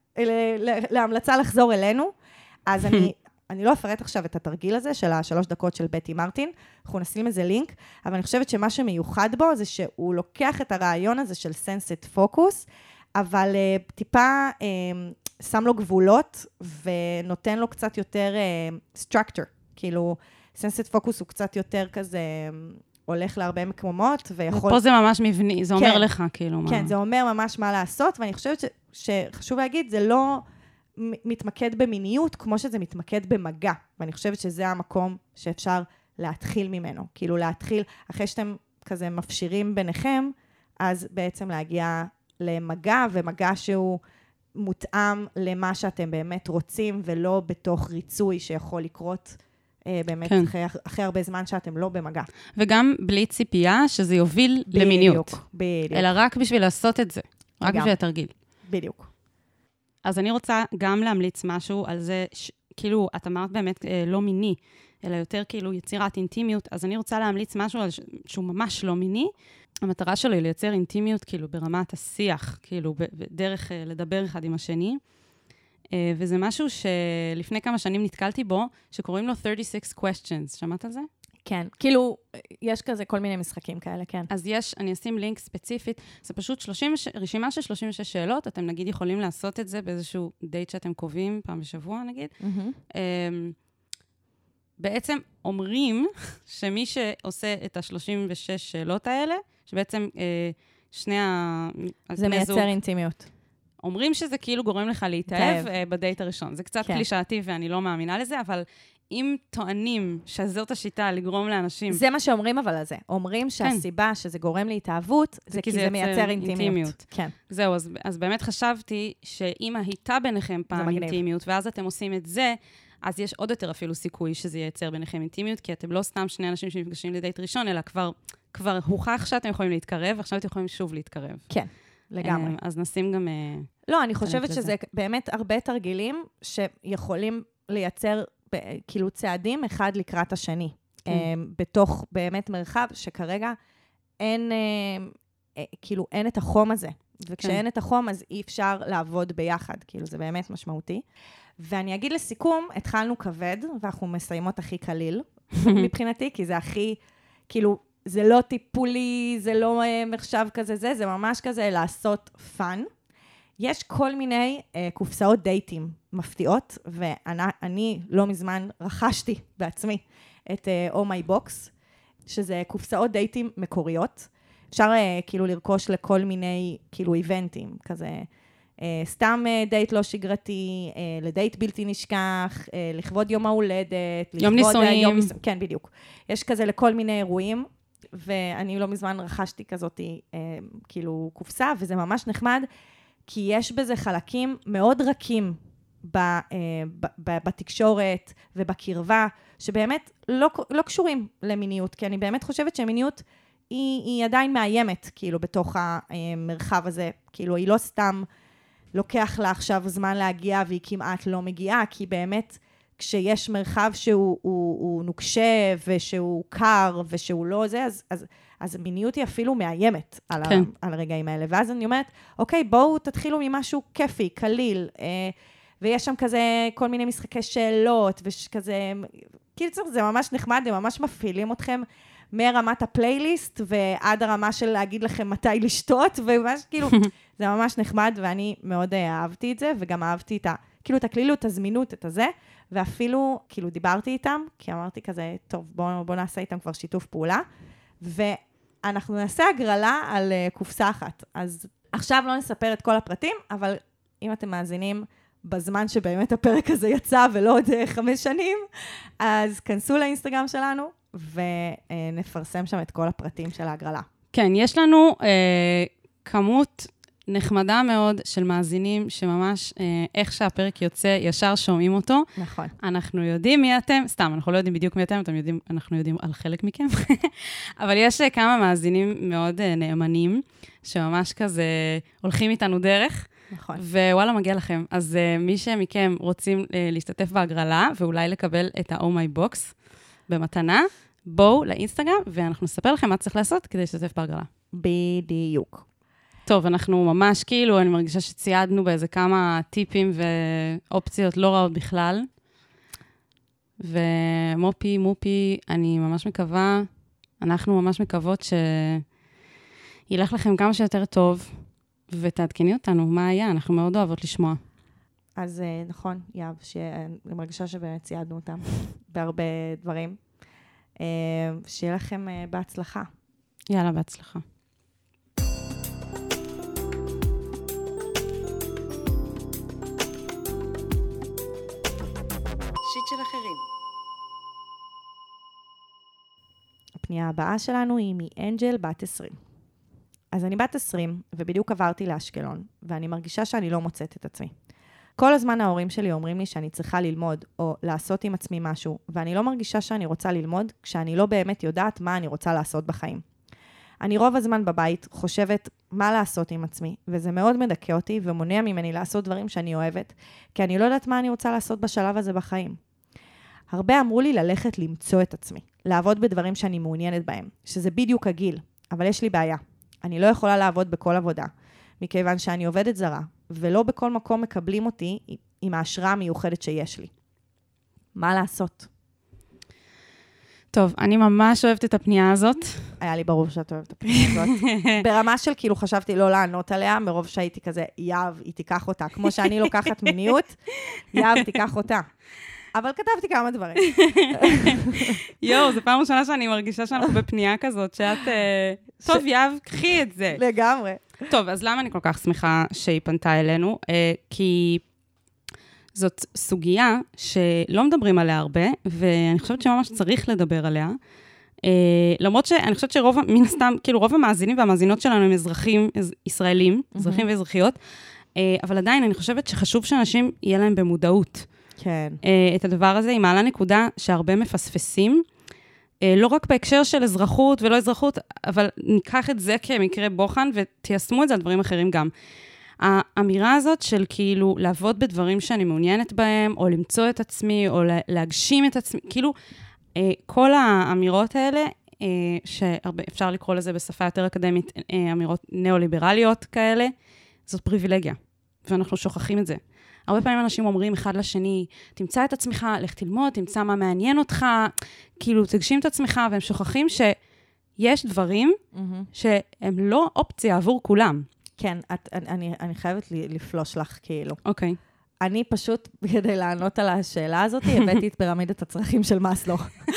להמלצה לחזור אלינו. אז אני, אני לא אפרט עכשיו את התרגיל הזה של השלוש דקות של בטי מרטין, אנחנו נשים איזה לינק, אבל אני חושבת שמה שמיוחד בו זה שהוא לוקח את הרעיון הזה של סנסט פוקוס, אבל uh, טיפה uh, שם לו גבולות ונותן לו קצת יותר uh, structure, כאילו סנסט פוקוס הוא קצת יותר כזה הולך להרבה מקומות ויכול... פה זה ממש מבני, זה אומר כן, לך כאילו מה... כן, זה אומר ממש מה לעשות, ואני חושבת ש, שחשוב להגיד, זה לא מתמקד במיניות כמו שזה מתמקד במגע, ואני חושבת שזה המקום שאפשר להתחיל ממנו, כאילו להתחיל, אחרי שאתם כזה מפשירים ביניכם, אז בעצם להגיע למגע, ומגע שהוא מותאם למה שאתם באמת רוצים, ולא בתוך ריצוי שיכול לקרות אה, באמת כן. אחרי, אחרי הרבה זמן שאתם לא במגע. וגם בלי ציפייה שזה יוביל בדיוק, למיניות. בדיוק. אלא רק בשביל לעשות את זה. רק בשביל התרגיל. בדיוק. אז אני רוצה גם להמליץ משהו על זה, ש, כאילו, את אמרת באמת אה, לא מיני, אלא יותר כאילו יצירת אינטימיות, אז אני רוצה להמליץ משהו על ש, שהוא ממש לא מיני. המטרה שלו היא לייצר אינטימיות, כאילו, ברמת השיח, כאילו, בדרך אה, לדבר אחד עם השני. אה, וזה משהו שלפני כמה שנים נתקלתי בו, שקוראים לו שלושים ושש questions. שמעת על זה? כן, כאילו, יש כזה כל מיני משחקים כאלה, כן. אז יש, אני אשים לינק ספציפית, זה פשוט שלושים, רשימה של שלושים ושש שאלות, אתם נגיד יכולים לעשות את זה באיזשהו דייט שאתם קובעים, פעם בשבוע נגיד. Mm-hmm. בעצם אומרים שמי שעושה את ה-שלושים ושש שאלות האלה, שבעצם שני ה... זה מייצר אינטימיות. אומרים שזה כאילו גורם לך להתאהב בדייט הראשון. זה קצת קלישאתי ואני לא מאמינה לזה, אבל... אם טוענים שזאת השיטה לגרום לאנשים... זה מה שאומרים אבל על זה. אומרים שהסיבה שזה גורם להתאהבות, זה כי זה מייצר אינטימיות. כן. זהו, אז, אז באמת חשבתי שאם הייתה ביניכם פעם אינטימיות, ואז אתם עושים את זה, אז יש עוד יותר אפילו סיכוי שזה ייצר ביניכם אינטימיות, כי אתם לא סתם שני אנשים שנפגשים לדייט ראשון, אלא כבר, כבר הוכח שאתם יכולים להתקרב, ועכשיו אתם יכולים שוב להתקרב. כן, לגמרי. אז נשים גם... לא, אני חושבת שזה באמת הרבה תרגילים שיכולים לייצר כאילו צעדים אחד לקראת השני, בתוך באמת מרחב שכרגע אין, כאילו אין את החום הזה, וכשאין את החום אז אי אפשר לעבוד ביחד, כאילו זה באמת משמעותי. ואני אגיד לסיכום, התחלנו כבד, ואנחנו מסיימות הכי קליל, מבחינתי, כי זה הכי, כאילו, זה לא טיפולי, זה לא מחשב כזה, זה, זה ממש כזה לעשות פן. יש כל מיני uh, קופסאות דייטים מפתיעות, ואני לא מזמן רכשתי בעצמי את uh, Oh My Box, שזה קופסאות דייטים מקוריות. אפשר uh, כאילו לרכוש לכל מיני כאילו איבנטים, כזה uh, סתם uh, דייט לא שגרתי, uh, לדייט בלתי נשכח, uh, לכבוד יום ההולדת, יום ניסויים. יום ניס... כן, בדיוק. יש כזה לכל מיני אירועים, ואני לא מזמן רכשתי כזאת uh, כאילו קופסה, וזה ממש נחמד, כי יש בזה חלקים מאוד רכים ב, אה, ב, ב, בתקשורת ובקרבה, שבאמת לא, לא קשורים למיניות, כי אני באמת חושבת שמיניות היא, היא עדיין מאיימת, כאילו, בתוך המרחב הזה. כאילו, היא לא סתם לוקח לה עכשיו זמן להגיע, והיא כמעט לא מגיעה, כי באמת, כשיש מרחב שהוא הוא, הוא נוקשה, ושהוא קר, ושהוא לא זה, אז... אז אז המיניות היא אפילו מאיימת על, כן. ה, על הרגעים האלה. ואז אני אומרת, אוקיי, בואו תתחילו ממשהו כיפי, קליל, אה, ויש שם כזה כל מיני משחקי שאלות, וכזה, קיצור, זה ממש נחמד, הם ממש מפעילים אתכם מרמת הפלייליסט, ועד הרמה של להגיד לכם מתי לשתות, וממש כאילו, זה ממש נחמד, ואני מאוד אהבתי את זה, וגם אהבתי את ה, כאילו, את הכליליות, את הזמינות, את הזה, ואפילו, כאילו, דיברתי איתם, כי אמרתי כזה, טוב, בואו בוא נעשה איתם כבר שיתוף פעולה, ואנחנו נעשה הגרלה על uh, קופסה אחת. אז עכשיו לא נספר את כל הפרטים, אבל אם אתם מאזינים בזמן שבאמת הפרק הזה יצא, ולא עוד uh, חמש שנים, אז כנסו לאינסטגרם שלנו, ונפרסם שם את כל הפרטים של ההגרלה. כן, יש לנו אה, כמות נחמדה מאוד של מאזינים, שממש אה, איך שהפרק יוצא, ישר שומעים אותו. נכון. אנחנו יודעים מי אתם, סתם, אנחנו לא יודעים בדיוק מי אתם, אתם יודעים, אנחנו יודעים על חלק מכם, אבל יש אה, כמה מאזינים מאוד אה, נאמנים, שממש כזה הולכים איתנו דרך, נכון. ווואלה, מגיע לכם. אז uh, מי שמכם רוצים uh, להשתתף בהגרלה, ואולי לקבל את ה-Oh My Box במתנה, בואו לאינסטגרם, ואנחנו נספר לכם מה צריך לעשות כדי להשתתף בהגרלה. בדיוק. טוב, אנחנו ממש כאילו, אני מרגישה שציידנו באיזה כמה טיפים ואופציות לא רעות בכלל. ומופי, מופי, אני ממש מקווה, אנחנו ממש מקוות שילך לכם כמה שיותר טוב, ותעדכני אותנו, מה היה? אנחנו מאוד אוהבות לשמוע. אז נכון, יאב, שאני מרגישה שבאמת ציידנו אותם בהרבה דברים. שיהיה לכם בהצלחה. יאללה, בהצלחה. שיט של אחרים. הפנייה הבאה שלנו היא מאנג'ל בת עשרים. אז אני בת עשרים, ובדיוק עברתי לאשקלון, ואני מרגישה שאני לא מוצאת את עצמי. כל הזמן ההורים שלי אומרים לי שאני צריכה ללמוד, או לעשות עם עצמי משהו, ואני לא מרגישה שאני רוצה ללמוד, כשאני לא באמת יודעת מה אני רוצה לעשות בחיים. אני רוב הזמן בבית חושבת מה לעשות עם עצמי, וזה מאוד מדכא אותי, ומונע ממני לעשות דברים שאני אוהבת, כי אני לא יודעת מה אני רוצה לעשות בשלב הזה בחיים. הרבה אמרו לי ללכת למצוא את עצמי, לעבוד בדברים שאני מעוניינת בהם, שזה בדיוק הגיל, אבל יש לי בעיה. אני לא יכולה לעבוד בכל עבודה, מכיוון שאני עובדת זרה, ולא בכל מקום מקבלים אותי עם ההשראה המיוחדת שיש לי. מה לעשות? טוב, אני ממש אוהבת את הפנייה הזאת. היה לי ברור שאת אוהבת את הפנייה הזאת. ברמה של כאילו חשבתי לא לענות עליה, מרוב שהייתי כזה, יאב, היא תיקח אותה. כמו שאני לוקחת מיניות, יאב, תיקח אותה. אבל כתבתי כמה דברים. יואו, זו פעם ראשונה שאני מרגישה שאנחנו בפנייה כזאת, שאת... טוב, יאב, קחי את זה. לגמרי. טוב, אז למה אני כל כך שמחה שהיא פנתה אלינו? כי זאת סוגיה שלא מדברים עליה הרבה, ואני חושבת שממש צריך לדבר עליה. למרות שאני חושבת שרוב, מן הסתם, כאילו רוב המאזינים והמאזינות שלנו הם אזרחים ישראלים, אזרחים ואזרחיות, אבל עדיין אני חושבת שחשוב שאנשים יהיה להם במודעות. כן. את הדבר הזה, היא מעלה נקודה שהרבה מפספסים, לא רק בהקשר של אזרחות ולא אזרחות, אבל ניקח את זה כמקרה בוחן ותיישמו את זה על דברים אחרים גם. האמירה הזאת של כאילו לעבוד בדברים שאני מעוניינת בהם, או למצוא את עצמי, או להגשים את עצמי, כאילו כל האמירות האלה, שאפשר לקרוא לזה בשפה יותר אקדמית, אמירות ניאו-ליברליות כאלה, זאת פריבילגיה, ואנחנו שוכחים את זה. הרבה פעמים אנשים אומרים אחד לשני, תמצא את עצמך, לך תלמוד, תמצא מה מעניין אותך, כאילו תגשים את עצמך, והם שוכחים שיש דברים שהם לא אופציה עבור כולם. כן, את, אני, אני חייבת לפלוש לך כאילו. אוקיי. אני פשוט, כדי לענות על השאלה הזאת, הבאתי את פירמידת הצרכים של מאסלו.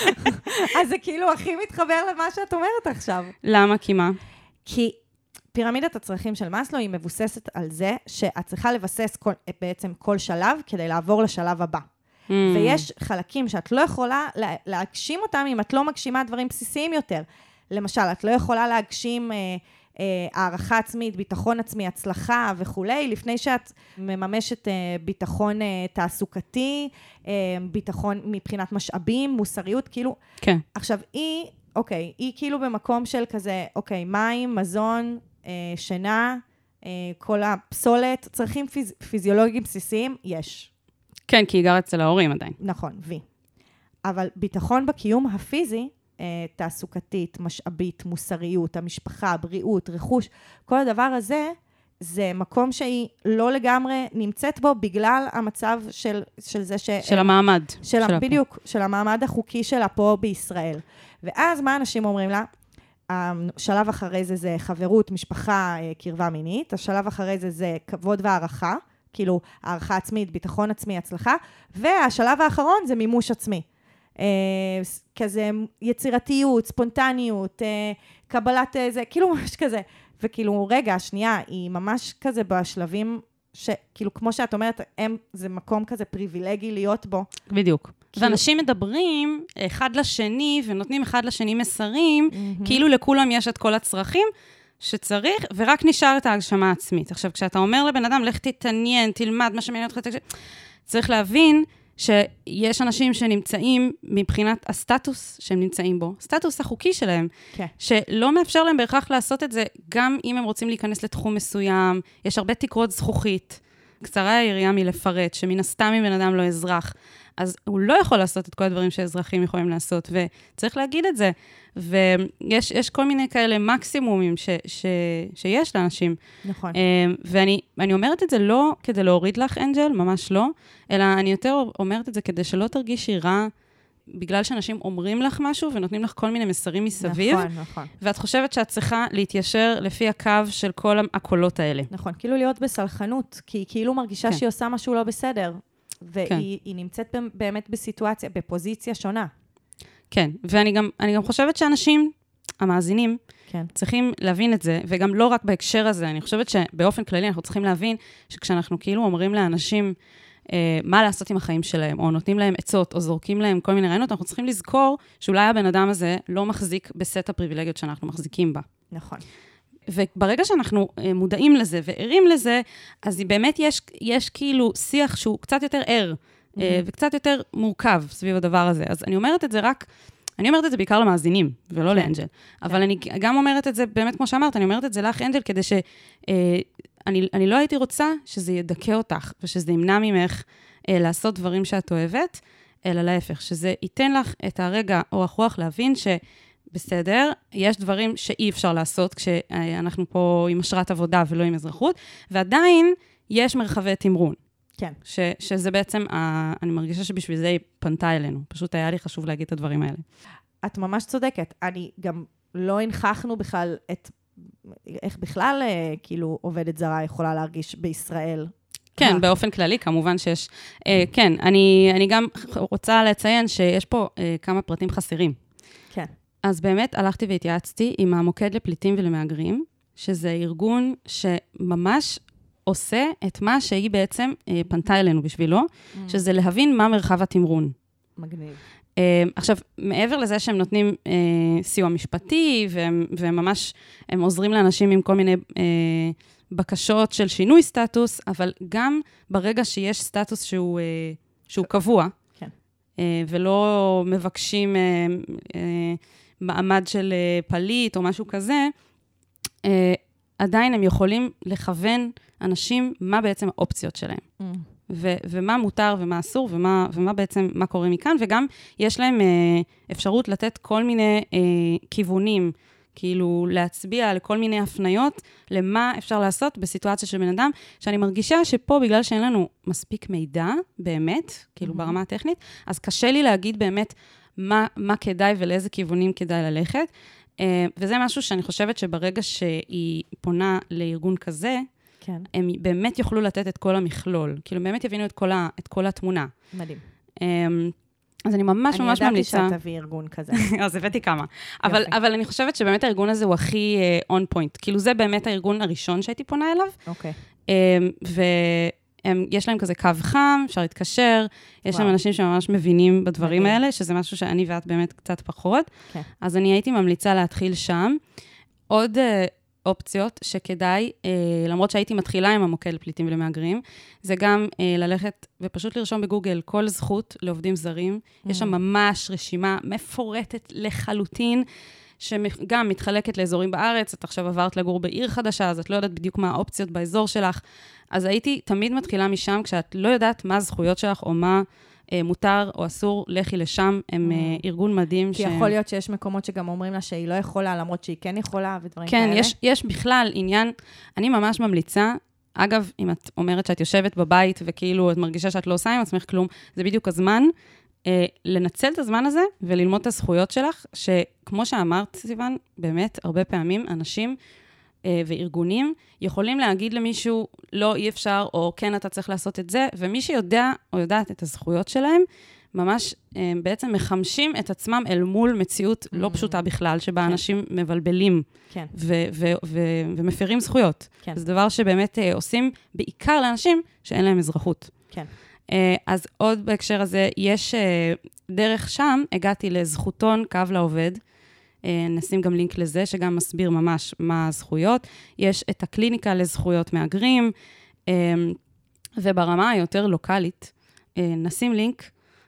אז זה כאילו הכי מתחבר למה שאת אומרת עכשיו. למה? כי מה? כי פירמידת הצרכים של מאסלו היא מבוססת על זה שאת צריכה לבסס כל, בעצם כל שלב כדי לעבור לשלב הבא. Mm. ויש חלקים שאת לא יכולה לה, להגשים אותם אם את לא מגשימה דברים בסיסיים יותר. למשל, את לא יכולה להגשים אה, אה, הערכה עצמית, ביטחון עצמי, הצלחה וכולי, לפני שאת מממשת אה, ביטחון אה, תעסוקתי, אה, ביטחון מבחינת משאבים, מוסריות, כאילו. כן. עכשיו, היא, אוקיי, היא כאילו במקום של כזה, אוקיי, מים, מזון, אה, שינה, אה, כל הפסולת, צרכים פיז, פיזיולוגיים בסיסיים, יש. כן, כי היא גר אצל ההורים עדיין. נכון, וי. אבל ביטחון בקיום הפיזי, תעסוקתית, משאבית, מוסריות, המשפחה, בריאות, רכוש, כל הדבר הזה, זה מקום שהיא לא לגמרי נמצאת בו, בגלל המצב של, של זה ש... של המעמד. של, של בדיוק, של המעמד החוקי שלה פה בישראל. ואז מה אנשים אומרים לה? השלב אחרי זה זה חברות, משפחה, קרבה מינית, השלב אחרי זה זה כבוד והערכה, כאילו הערכה עצמית, ביטחון עצמי, הצלחה, והשלב האחרון זה מימוש עצמי. כזה יצירתיות, ספונטניות, קבלת זה, כאילו ממש כזה. וכאילו, רגע, שנייה, היא ממש כזה בשלבים, שכאילו, כמו שאת אומרת, הם, זה מקום כזה פריבילגי להיות בו. בדיוק. ואנשים מדברים אחד לשני, ונותנים אחד לשני מסרים, כאילו לכולם יש את כל הצרכים שצריך, ורק נשאר את ההגשמה העצמית. עכשיו, כשאתה אומר לבן אדם, לך תתעניין, תלמד מה שמעניין אותך, צריך להבין שיש אנשים שנמצאים מבחינת הסטטוס שהם נמצאים בו, סטטוס החוקי שלהם, okay. שלא מאפשר להם בהכרח לעשות את זה, גם אם הם רוצים להיכנס לתחום מסוים, יש הרבה תקרות זכוכית, קצרה היריעה מלפרט, שמן הסתם אם בן אדם לא אזרח, אז הוא לא יכול לעשות את כל הדברים שאזרחים יכולים לעשות, וצריך להגיד את זה. ויש יש כל מיני כאלה מקסימומים ש, ש, שיש לאנשים. נכון. ואני אני אומרת את זה לא כדי להוריד לך, אנג'ל, ממש לא, אלא אני יותר אומרת את זה כדי שלא תרגישי רע, בגלל שאנשים אומרים לך משהו ונותנים לך כל מיני מסרים מסביב. נכון, נכון. ואת חושבת שאת צריכה להתיישר לפי הקו של כל הקולות האלה. נכון, כאילו להיות בסלחנות, כי היא כאילו מרגישה כן. שהיא עושה משהו לא בסדר. והיא כן. היא נמצאת באמת בסיטואציה, בפוזיציה שונה. כן, ואני גם, אני גם חושבת שאנשים, המאזינים, כן. צריכים להבין את זה, וגם לא רק בהקשר הזה, אני חושבת שבאופן כללי אנחנו צריכים להבין שכשאנחנו כאילו אומרים לאנשים אה, מה לעשות עם החיים שלהם, או נותנים להם עצות, או זורקים להם כל מיני רעיונות, אנחנו צריכים לזכור שאולי הבן אדם הזה לא מחזיק בסט הפריבילגיות שאנחנו מחזיקים בה. נכון. וברגע שאנחנו מודעים לזה וערים לזה, אז באמת יש, יש כאילו שיח שהוא קצת יותר ער, mm-hmm. וקצת יותר מורכב סביב הדבר הזה. אז אני אומרת את זה רק, אני אומרת את זה בעיקר למאזינים, ולא כן. לאנג'ל. כן. אבל אני גם אומרת את זה, באמת כמו שאמרת, אני אומרת את זה לך, אנג'ל, כדי ש... אה, אני, אני לא הייתי רוצה שזה ידכא אותך, ושזה ימנע ממך אה, לעשות דברים שאת אוהבת, אלא להפך, שזה ייתן לך את הרגע אורך רוח להבין ש... בסדר, יש דברים שאי אפשר לעשות כשאנחנו פה עם אשרת עבודה ולא עם אזרחות, ועדיין יש מרחבי תמרון. כן. ש, שזה בעצם, ה, אני מרגישה שבשביל זה היא פנתה אלינו. פשוט היה לי חשוב להגיד את הדברים האלה. את ממש צודקת. אני גם לא הנחחנו בכלל את, איך בכלל כאילו עובדת זרה יכולה להרגיש בישראל. כן, באופן כללי, כמובן שיש, אה, כן, אני, אני גם רוצה לציין שיש פה אה, כמה פרטים חסרים. כן. אז באמת הלכתי והתייעצתי עם המוקד לפליטים ולמהגרים, שזה ארגון שממש עושה את מה שהיא בעצם אה, פנתה אלינו בשבילו, mm. שזה להבין מה מרחב התמרון. מגניב. אה, עכשיו, מעבר לזה שהם נותנים אה, סיוע משפטי, והם, והם ממש, הם עוזרים לאנשים עם כל מיני אה, בקשות של שינוי סטטוס, אבל גם ברגע שיש סטטוס שהוא, אה, שהוא קבוע, כן. אה, ולא מבקשים... אה, אה, מעמד של פליט או משהו כזה, עדיין הם יכולים לכוון אנשים מה בעצם האופציות שלהם. Mm. ו- ומה מותר ומה אסור ומה, ומה בעצם, מה קורה מכאן, וגם יש להם אפשרות לתת כל מיני כיוונים, כאילו להצביע לכל מיני הפניות, למה אפשר לעשות בסיטואציה של בן אדם, שאני מרגישה שפה, בגלל שאין לנו מספיק מידע, באמת, כאילו mm-hmm. ברמה הטכנית, אז קשה לי להגיד באמת, מה, מה כדאי ולאיזה כיוונים כדאי ללכת. וזה משהו שאני חושבת שברגע שהיא פונה לארגון כזה, כן. הם באמת יוכלו לתת את כל המכלול. כאילו, באמת יבינו את כל, ה, את כל התמונה. מדהים. אז אני ממש ממש ממליצה... אני ידעתי שתביא ארגון כזה. אז הבאתי כמה. אבל, אבל אני חושבת שבאמת הארגון הזה הוא הכי on point. כאילו, זה באמת הארגון הראשון שהייתי פונה אליו. אוקיי. ו... הם, יש להם כזה קו חם, אפשר להתקשר, יש שם אנשים שממש מבינים בדברים האלה, שזה משהו שאני ואת באמת קצת פחות. Okay. אז אני הייתי ממליצה להתחיל שם. עוד uh, אופציות שכדאי, uh, למרות שהייתי מתחילה עם המוקד לפליטים ולמהגרים, זה גם uh, ללכת ופשוט לרשום בגוגל כל זכות לעובדים זרים. Mm. יש שם ממש רשימה מפורטת לחלוטין, שגם מתחלקת לאזורים בארץ, את עכשיו עברת לגור בעיר חדשה, אז את לא יודעת בדיוק מה האופציות באזור שלך, אז הייתי תמיד מתחילה משם, כשאת לא יודעת מה הזכויות שלך, או מה אה, מותר או אסור, לכי לשם, הם אה, ארגון מדהים. כי ש... יכול להיות שיש מקומות שגם אומרים לה שהיא לא יכולה, למרות שהיא כן יכולה, ודברים כן, כאלה. כן, יש, יש בכלל עניין, אני ממש ממליצה, אגב, אם את אומרת שאת יושבת בבית, וכאילו את מרגישה שאת לא עושה עם עצמך כלום, זה בדיוק הזמן, אה, לנצל את הזמן הזה, וללמוד את הזכויות שלך, שכמו שאמרת, סיוון, באמת, הרבה פעמים אנשים, וארגונים יכולים להגיד למישהו, לא, אי אפשר, או כן, אתה צריך לעשות את זה, ומי שיודע או יודעת את הזכויות שלהם, ממש בעצם מחמשים את עצמם אל מול מציאות לא פשוטה בכלל, שבה אנשים מבלבלים ומפרים זכויות. זה דבר שבאמת עושים בעיקר לאנשים שאין להם אזרחות. אז עוד בהקשר הזה, יש דרך שם, הגעתי לזכותון קו לעובד, נשים גם לינק לזה, שגם מסביר ממש מה הזכויות. יש את הקליניקה לזכויות מאגרים, וברמה היותר לוקלית, נשים לינק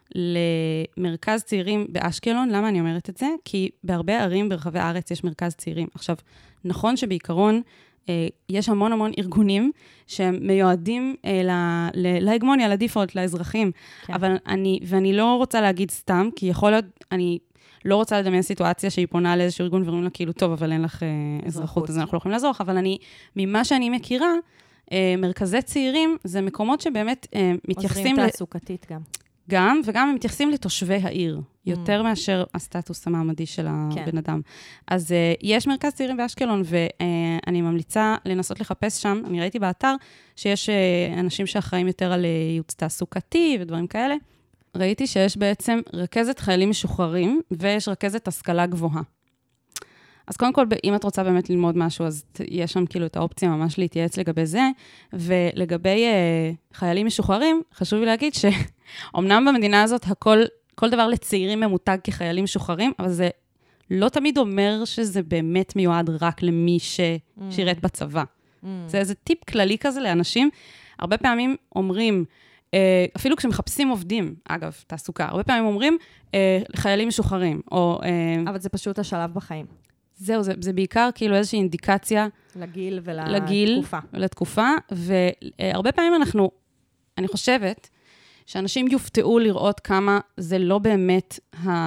למרכז צעירים באשקלון. למה אני אומרת את זה? כי בהרבה ערים ברחבי הארץ יש מרכז צעירים. עכשיו, נכון שבעיקרון יש המון המון ארגונים שהם מיועדים להגמוניה, לדיפולט, לאזרחים. כן. אבל אני, ואני לא רוצה להגיד סתם, כי יכול להיות, אני לא רוצה לדמיין סיטואציה שהיא פונה לאיזשהו ארגון ואומרים לה כאילו, טוב, אבל אין לך אזרחות, אז אנחנו לא יכולים לעזור, אבל אני, ממה שאני מכירה, מרכזי צעירים זה מקומות שבאמת מתייחסים... עוזרים תעסוקתית גם. גם, וגם הם מתייחסים לתושבי העיר, יותר מאשר הסטטוס המעמדי של הבן אדם. אז יש מרכז צעירים באשקלון, ואני ממליצה לנסות לחפש שם, אני ראיתי באתר, שיש אנשים שאחראים יותר על ייעוץ תעסוקתי ודברים כאלה. ראיתי שיש בעצם רכזת חיילים משוחררים, ויש רכזת השכלה גבוהה. אז קודם כל, אם את רוצה באמת ללמוד משהו, אז יש שם כאילו את האופציה ממש להתייעץ לגבי זה, ולגבי אה, חיילים משוחררים, חשוב לי להגיד שאומנם במדינה הזאת הכל, כל דבר לצעירים ממותג כחיילים משוחררים, אבל זה לא תמיד אומר שזה באמת מיועד רק למי ששירת בצבא. Mm. זה איזה טיפ כללי כזה לאנשים. הרבה פעמים אומרים, אה, אפילו כשמחפשים עובדים, אגב, תעסוקה, הרבה פעמים אומרים אה, חיילים משוחררים, או... אה, אבל זה פשוט השלב בחיים. זהו, זה, זה בעיקר כאילו איזושהי אינדיקציה... לגיל ולתקופה. לגיל ולתקופה, והרבה פעמים אנחנו, אני חושבת, שאנשים יופתעו לראות כמה זה לא באמת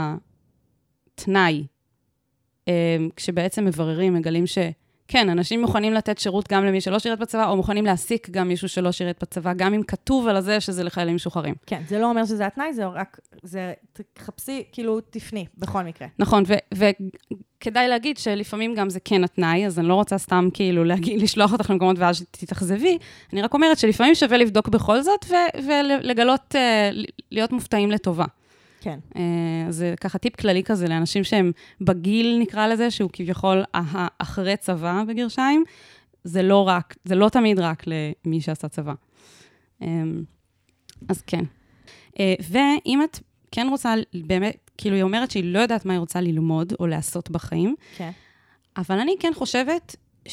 התנאי, כשבעצם מבררים, מגלים ש... כן, אנשים מוכנים לתת שירות גם למי שלא שירת בצבא, או מוכנים להסיק גם מישהו שלא שירת בצבא, גם אם כתוב על זה שזה לחיילים משוחררים. כן, זה לא אומר שזה התנאי, זה רק, זה תחפשי, כאילו תפני, בכל מקרה. נכון, וכדאי להגיד שלפעמים גם זה כן התנאי, אז אני לא רוצה סתם כאילו להגיד, לשלוח אותך למקומות ואז שתתאכזבי, אני רק אומרת שלפעמים שווה לבדוק בכל זאת, ולגלות, להיות מופתעים לטובה. כן. זה ככה טיפ כללי כזה לאנשים שהם בגיל, נקרא לזה, שהוא כביכול אחרי צבא בגרשיים, זה לא רק, זה לא תמיד רק למי שעשה צבא. אז כן. ואם את כן רוצה, באמת, כאילו היא אומרת שהיא לא יודעת מה היא רוצה ללמוד או לעשות בחיים, כן. אבל אני כן חושבת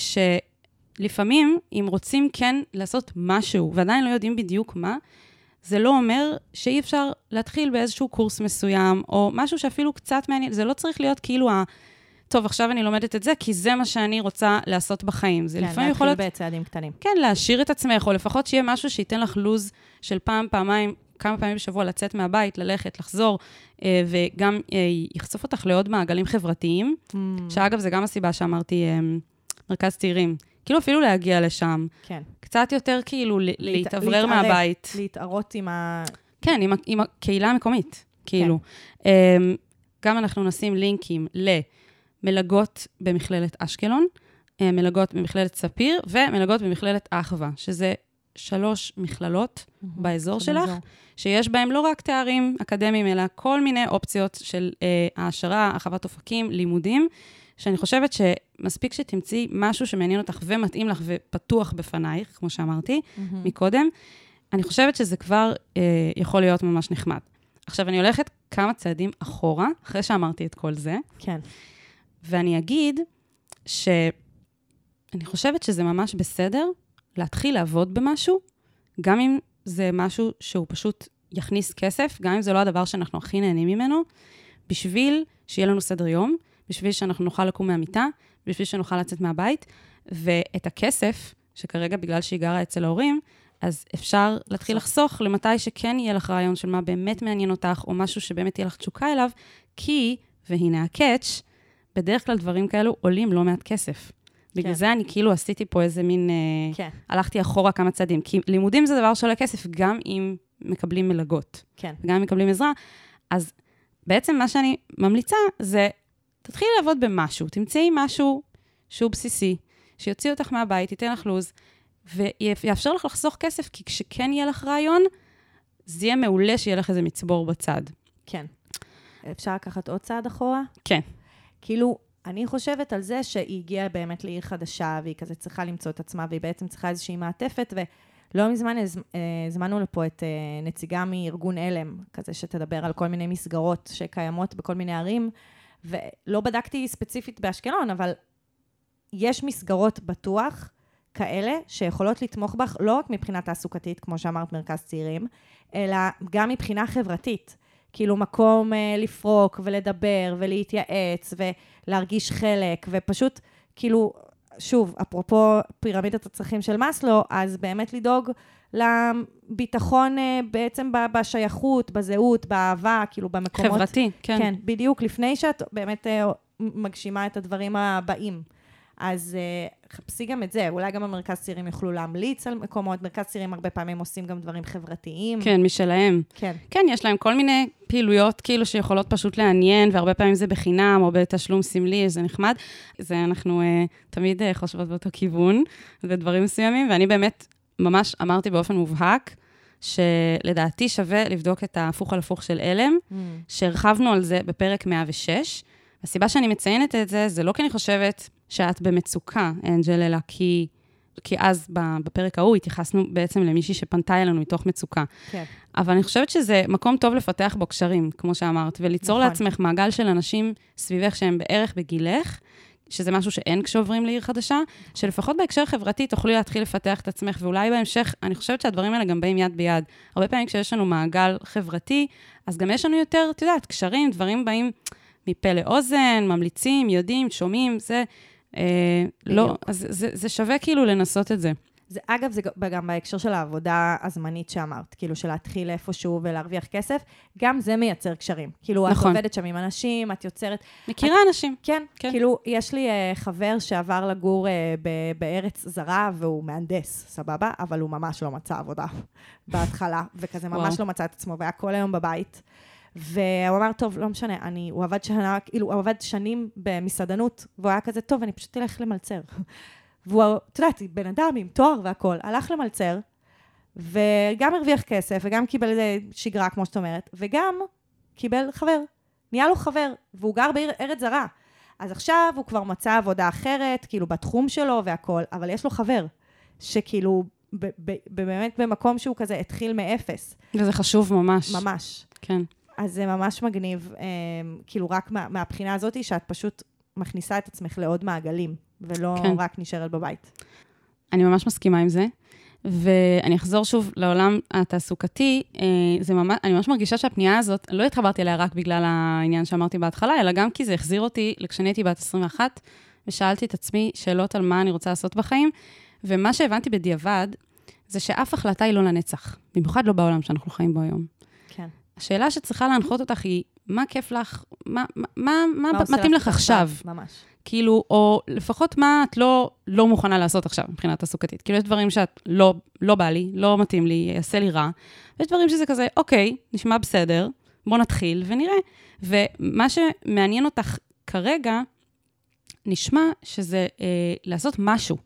שלפעמים, אם רוצים כן לעשות משהו, ועדיין לא יודעים בדיוק מה, זה לא אומר שאי אפשר להתחיל באיזשהו קורס מסוים, או משהו שאפילו קצת מעניין, זה לא צריך להיות כאילו ה... טוב, עכשיו אני לומדת את זה, כי זה מה שאני רוצה לעשות בחיים. זה כן, לפעמים יכול להיות... להתחיל בצעדים קטנים. כן, להשאיר את עצמך, או לפחות שיהיה משהו שייתן לך לוז של פעם, פעמיים, כמה פעמים בשבוע לצאת מהבית, ללכת, לחזור, וגם יחשוף אותך לעוד מעגלים חברתיים, mm. שאגב, זה גם הסיבה שאמרתי, מרכז צעירים. כאילו אפילו להגיע לשם. כן. קצת יותר כאילו להת... להתעברר מהבית. להתערות עם ה... כן, עם, עם הקהילה המקומית. כאילו. כן. גם אנחנו נשים לינקים למלגות במכללת אשקלון, מלגות במכללת ספיר, ומלגות במכללת אחווה, שזה שלוש מכללות mm-hmm. באזור שלך, באזור. שיש בהם לא רק תארים אקדמיים, אלא כל מיני אופציות של אה, העשרה, הרחבת אופקים, לימודים, שאני חושבת שמספיק שתמצאי משהו שמעניין אותך ומתאים לך ופתוח בפנייך, כמו שאמרתי mm-hmm. מקודם, אני חושבת שזה כבר אה, יכול להיות ממש נחמד. עכשיו, אני הולכת כמה צעדים אחורה, אחרי שאמרתי את כל זה. כן. ואני אגיד שאני חושבת שזה ממש בסדר להתחיל לעבוד במשהו, גם אם זה משהו שהוא פשוט יכניס כסף, גם אם זה לא הדבר שאנחנו הכי נהנים ממנו, בשביל שיהיה לנו סדר יום, בשביל שאנחנו נוכל לקום מהמיטה, בשביל שנוכל לצאת מהבית, ואת הכסף, שכרגע בגלל שהיא גרה אצל ההורים, אז אפשר להתחיל לחסוך למתי שכן יהיה לך רעיון של מה באמת מעניין אותך, או משהו שבאמת יהיה לך תשוקה אליו, כי, והנה הקאץ', בדרך כלל דברים כאלו עולים לא מעט כסף. בגלל זה אני כאילו עשיתי פה איזה מין, כן. הלכתי אחורה כמה צעדים, כי לימודים זה דבר שעולה כסף, גם אם מקבלים מלגות. כן. גם אם מקבלים עזרה. אז בעצם מה שאני ממליצה זה, תתחילי לעבוד במשהו, תמצאי משהו שהוא בסיסי, שיוציא אותך מהבית, ייתן לך לוז, ויאפשר לך לחסוך כסף, כי כשכן יהיה לך רעיון, זה יהיה מעולה שיהיה לך איזה מצבור בצד. כן. אפשר לקחת עוד צעד אחורה? כן. כאילו, אני חושבת על זה שהיא הגיעה באמת לעיר חדשה, והיא כזה צריכה למצוא את עצמה, והיא בעצם צריכה איזושהי מעטפת, לא מזמן הזמנו לפה את נציגה מארגון אלם, כזה שתדבר על כל מיני מסגרות שקיימות בכל מיני ערים, ולא בדקתי ספציפית באשקלון, אבל יש מסגרות בטוח כאלה שיכולות לתמוך בך, לא רק מבחינה תעסוקתית, כמו שאמרת מרכז צעירים, אלא גם מבחינה חברתית. כאילו מקום לפרוק ולדבר ולהתייעץ ולהרגיש חלק, ופשוט כאילו, שוב, אפרופו פירמידת הצרכים של מאסלו, אז באמת לדאוג לביטחון בעצם בשייכות, בזהות, באהבה, כאילו במקומות... חברתי, כן. כן, בדיוק, לפני שאת באמת מגשימה את הדברים הבאים. אז uh, חפשי גם את זה, אולי גם המרכז צעירים יוכלו להמליץ על מקומות, מרכז צעירים הרבה פעמים עושים גם דברים חברתיים. כן, משלהם. כן. כן, יש להם כל מיני פעילויות כאילו שיכולות פשוט לעניין, והרבה פעמים זה בחינם או בתשלום סמלי, זה נחמד. זה אנחנו uh, תמיד uh, חושבות באותו כיוון, בדברים מסוימים, ואני באמת ממש אמרתי באופן מובהק, שלדעתי שווה לבדוק את ההפוך על הפוך של אלם, mm. שהרחבנו על זה בפרק מאה ושש. הסיבה שאני מציינת את זה, זה לא כי אני חושבת שאת במצוקה, אנג'ל, אלא כי, כי אז בפרק ההוא התייחסנו בעצם למישהי שפנתה אלינו מתוך מצוקה. כן. אבל אני חושבת שזה מקום טוב לפתח בו קשרים, כמו שאמרת, וליצור נכון. לעצמך מעגל של אנשים סביבך שהם בערך בגילך, שזה משהו שאין כשעוברים לעיר חדשה, שלפחות בהקשר חברתי תוכלי להתחיל לפתח את עצמך, ואולי בהמשך, אני חושבת שהדברים האלה גם באים יד ביד. הרבה פעמים כשיש לנו מעגל חברתי, אז גם יש לנו יותר, את יודעת, קשרים, דברים באים מפה לאוזן, ממליצים, יודעים, שומעים, זה... אה, לא, אז זה, זה שווה כאילו לנסות את זה. זה, אגב, זה גם בהקשר של העבודה הזמנית שאמרת, כאילו של להתחיל איפשהו ולהרוויח כסף, גם זה מייצר קשרים. כאילו, נכון. את עובדת שם עם אנשים, את יוצרת... מכירה את, אנשים. כן, כן, כאילו, יש לי uh, חבר שעבר לגור uh, ב- בארץ זרה, והוא מהנדס, סבבה? אבל הוא ממש לא מצא עבודה בהתחלה, וכזה ממש וואו. לא מצא את עצמו, והיה כל היום בבית. והוא אמר, טוב, לא משנה, אני, הוא עבד שנה, כאילו, הוא עבד שנים במסעדנות, והוא היה כזה, טוב, אני פשוט אלך למלצר. והוא, אתה יודעת, בן אדם עם תואר והכל, הלך למלצר, וגם הרוויח כסף, וגם קיבל איזה שגרה, כמו שאת אומרת, וגם קיבל חבר. נהיה לו חבר, והוא גר בארץ זרה. אז עכשיו הוא כבר מצא עבודה אחרת, כאילו, בתחום שלו והכל, אבל יש לו חבר, שכאילו, ב- ב- באמת במקום שהוא כזה התחיל מאפס. וזה חשוב ממש. ממש. כן. אז זה ממש מגניב, אה, כאילו רק מה, מהבחינה הזאת, שאת פשוט מכניסה את עצמך לעוד מעגלים, ולא כן. רק נשארת בבית. אני ממש מסכימה עם זה, ואני אחזור שוב לעולם התעסוקתי, אה, זה ממש, אני ממש מרגישה שהפנייה הזאת, לא התחברתי אליה רק בגלל העניין שאמרתי בהתחלה, אלא גם כי זה החזיר אותי כשאני הייתי בת עשרים ואחת, ושאלתי את עצמי שאלות על מה אני רוצה לעשות בחיים, ומה שהבנתי בדיעבד, זה שאף החלטה היא לא לנצח, במיוחד לא בעולם שאנחנו חיים בו היום. כן. השאלה שצריכה להנחות אותך היא, מה כיף לך, מה, מה, מה, מה מתאים לך עכשיו? ממש. כאילו, או לפחות מה את לא, לא מוכנה לעשות עכשיו, מבחינת תעסוקתית. כאילו, יש דברים שאת לא, לא בא לי, לא מתאים לי, יעשה לי רע. ויש דברים שזה כזה, אוקיי, נשמע בסדר, בוא נתחיל ונראה. ומה שמעניין אותך כרגע, נשמע שזה אה, לעשות משהו.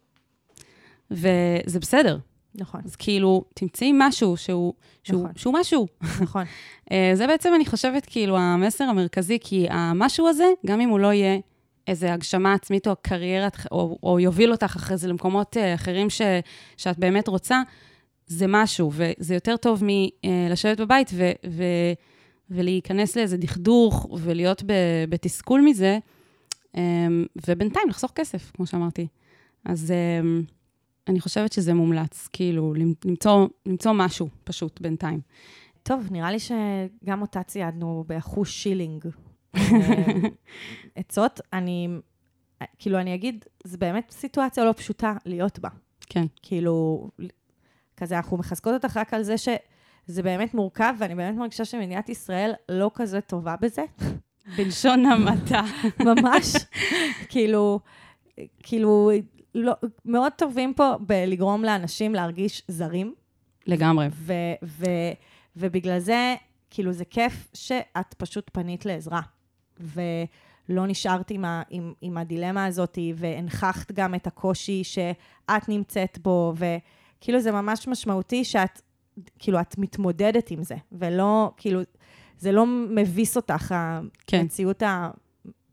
וזה בסדר. נכון. אז כאילו, תמצאי משהו שהוא, שהוא, נכון. שהוא משהו. נכון. זה בעצם, אני חושבת, כאילו, המסר המרכזי, כי המשהו הזה, גם אם הוא לא יהיה איזו הגשמה עצמית או קריירת, או, או יוביל אותך אחרי זה למקומות אחרים ש, שאת באמת רוצה, זה משהו, וזה יותר טוב מלשבת בבית ו, ו, ולהיכנס לאיזה דכדוך, ולהיות בתסכול מזה, ובינתיים לחסוך כסף, כמו שאמרתי. אז... אני חושבת שזה מומלץ, כאילו, למצוא, למצוא משהו פשוט בינתיים. טוב, נראה לי שגם אותה ציידנו באחוש שילינג. עצות, אני, כאילו, אני אגיד, זה באמת סיטואציה לא פשוטה להיות בה. כן. כאילו, כזה, אנחנו מחזקות אותך רק על זה שזה באמת מורכב, ואני באמת מרגישה שמדינת ישראל לא כזה טובה בזה. בלשון המעטה. ממש. כאילו, כאילו, לא, מאוד טובים פה בלגרום לאנשים להרגיש זרים. לגמרי. ו, ו, ובגלל זה, כאילו זה כיף שאת פשוט פנית לעזרה. ולא נשארת עם, ה, עם, עם הדילמה הזאת, והנחחת גם את הקושי שאת נמצאת בו, וכאילו זה ממש משמעותי שאת, כאילו את מתמודדת עם זה, ולא, כאילו, זה לא מביס אותך, כן. המציאות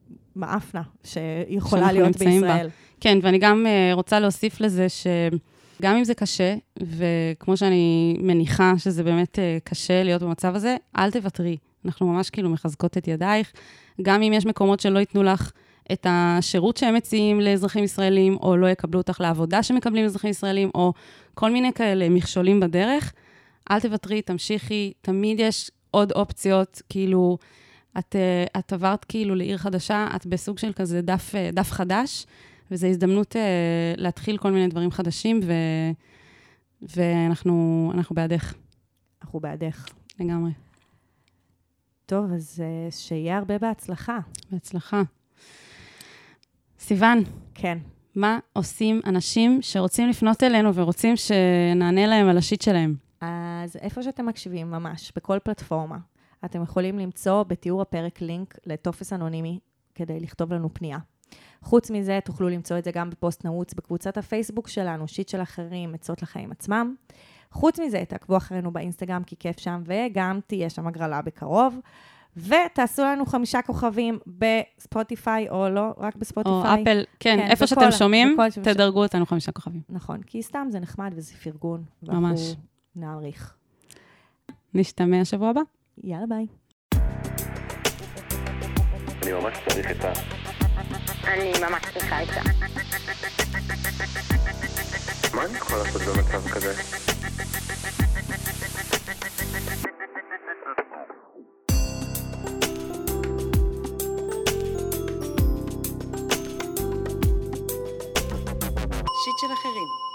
המאפנה שיכולה להיות בישראל. בה. כן, ואני גם uh, רוצה להוסיף לזה ש... גם אם זה קשה, וכמו שאני מניחה שזה באמת קשה להיות במצב הזה, אל תוותרי. אנחנו ממש כאילו מחזקות את ידייך. גם אם יש מקומות שלא ייתנו לך את השירות שהם מציעים לאזרחים ישראלים, או לא יקבלו אותך לעבודה שמקבלים אזרחים ישראלים, או כל מיני כאלה מכשולים בדרך, אל תוותרי, תמשיכי, תמיד יש עוד אופציות, כאילו, את, את עברת כאילו לעיר חדשה, את בסוג של כזה דף, דף חדש, וזו הזדמנות להתחיל כל מיני דברים חדשים, ו, ואנחנו אנחנו בעדך. אנחנו בעדך. לגמרי. טוב, אז שיהיה הרבה בהצלחה. בהצלחה. סיוון. כן. מה עושים אנשים שרוצים לפנות אלינו ורוצים שנענה להם על השיט שלהם? אז איפה שאתם מקשיבים, ממש, בכל פלטפורמה, אתם יכולים למצוא בתיאור הפרק לינק לטופס אנונימי כדי לכתוב לנו פנייה. חוץ מזה, תוכלו למצוא את זה גם בפוסט נעוץ בקבוצת הפייסבוק שלנו, שיט של אחרים, עצות לחיים עצמם. חוץ מזה, תעקבו אחרינו באינסטגרם כי כיף שם, וגם תהיה שם הגרלה בקרוב. ותעשו לנו חמישה כוכבים בספוטיפיי, או לא, רק בספוטיפיי. או אפל, כן, כן איפה בכל, שאתם שומעים, תדרגו ש... אותנו חמישה כוכבים. נכון, כי סתם זה נחמד וזה פרגון. ממש. ואנחנו נעריך. נשתמע שבוע הבא. יאללה ביי. אני ממש צריך את ה... אני ממש צריכה את זה. מה אני יכול לעשות במצב כזה? שיט של אחרים.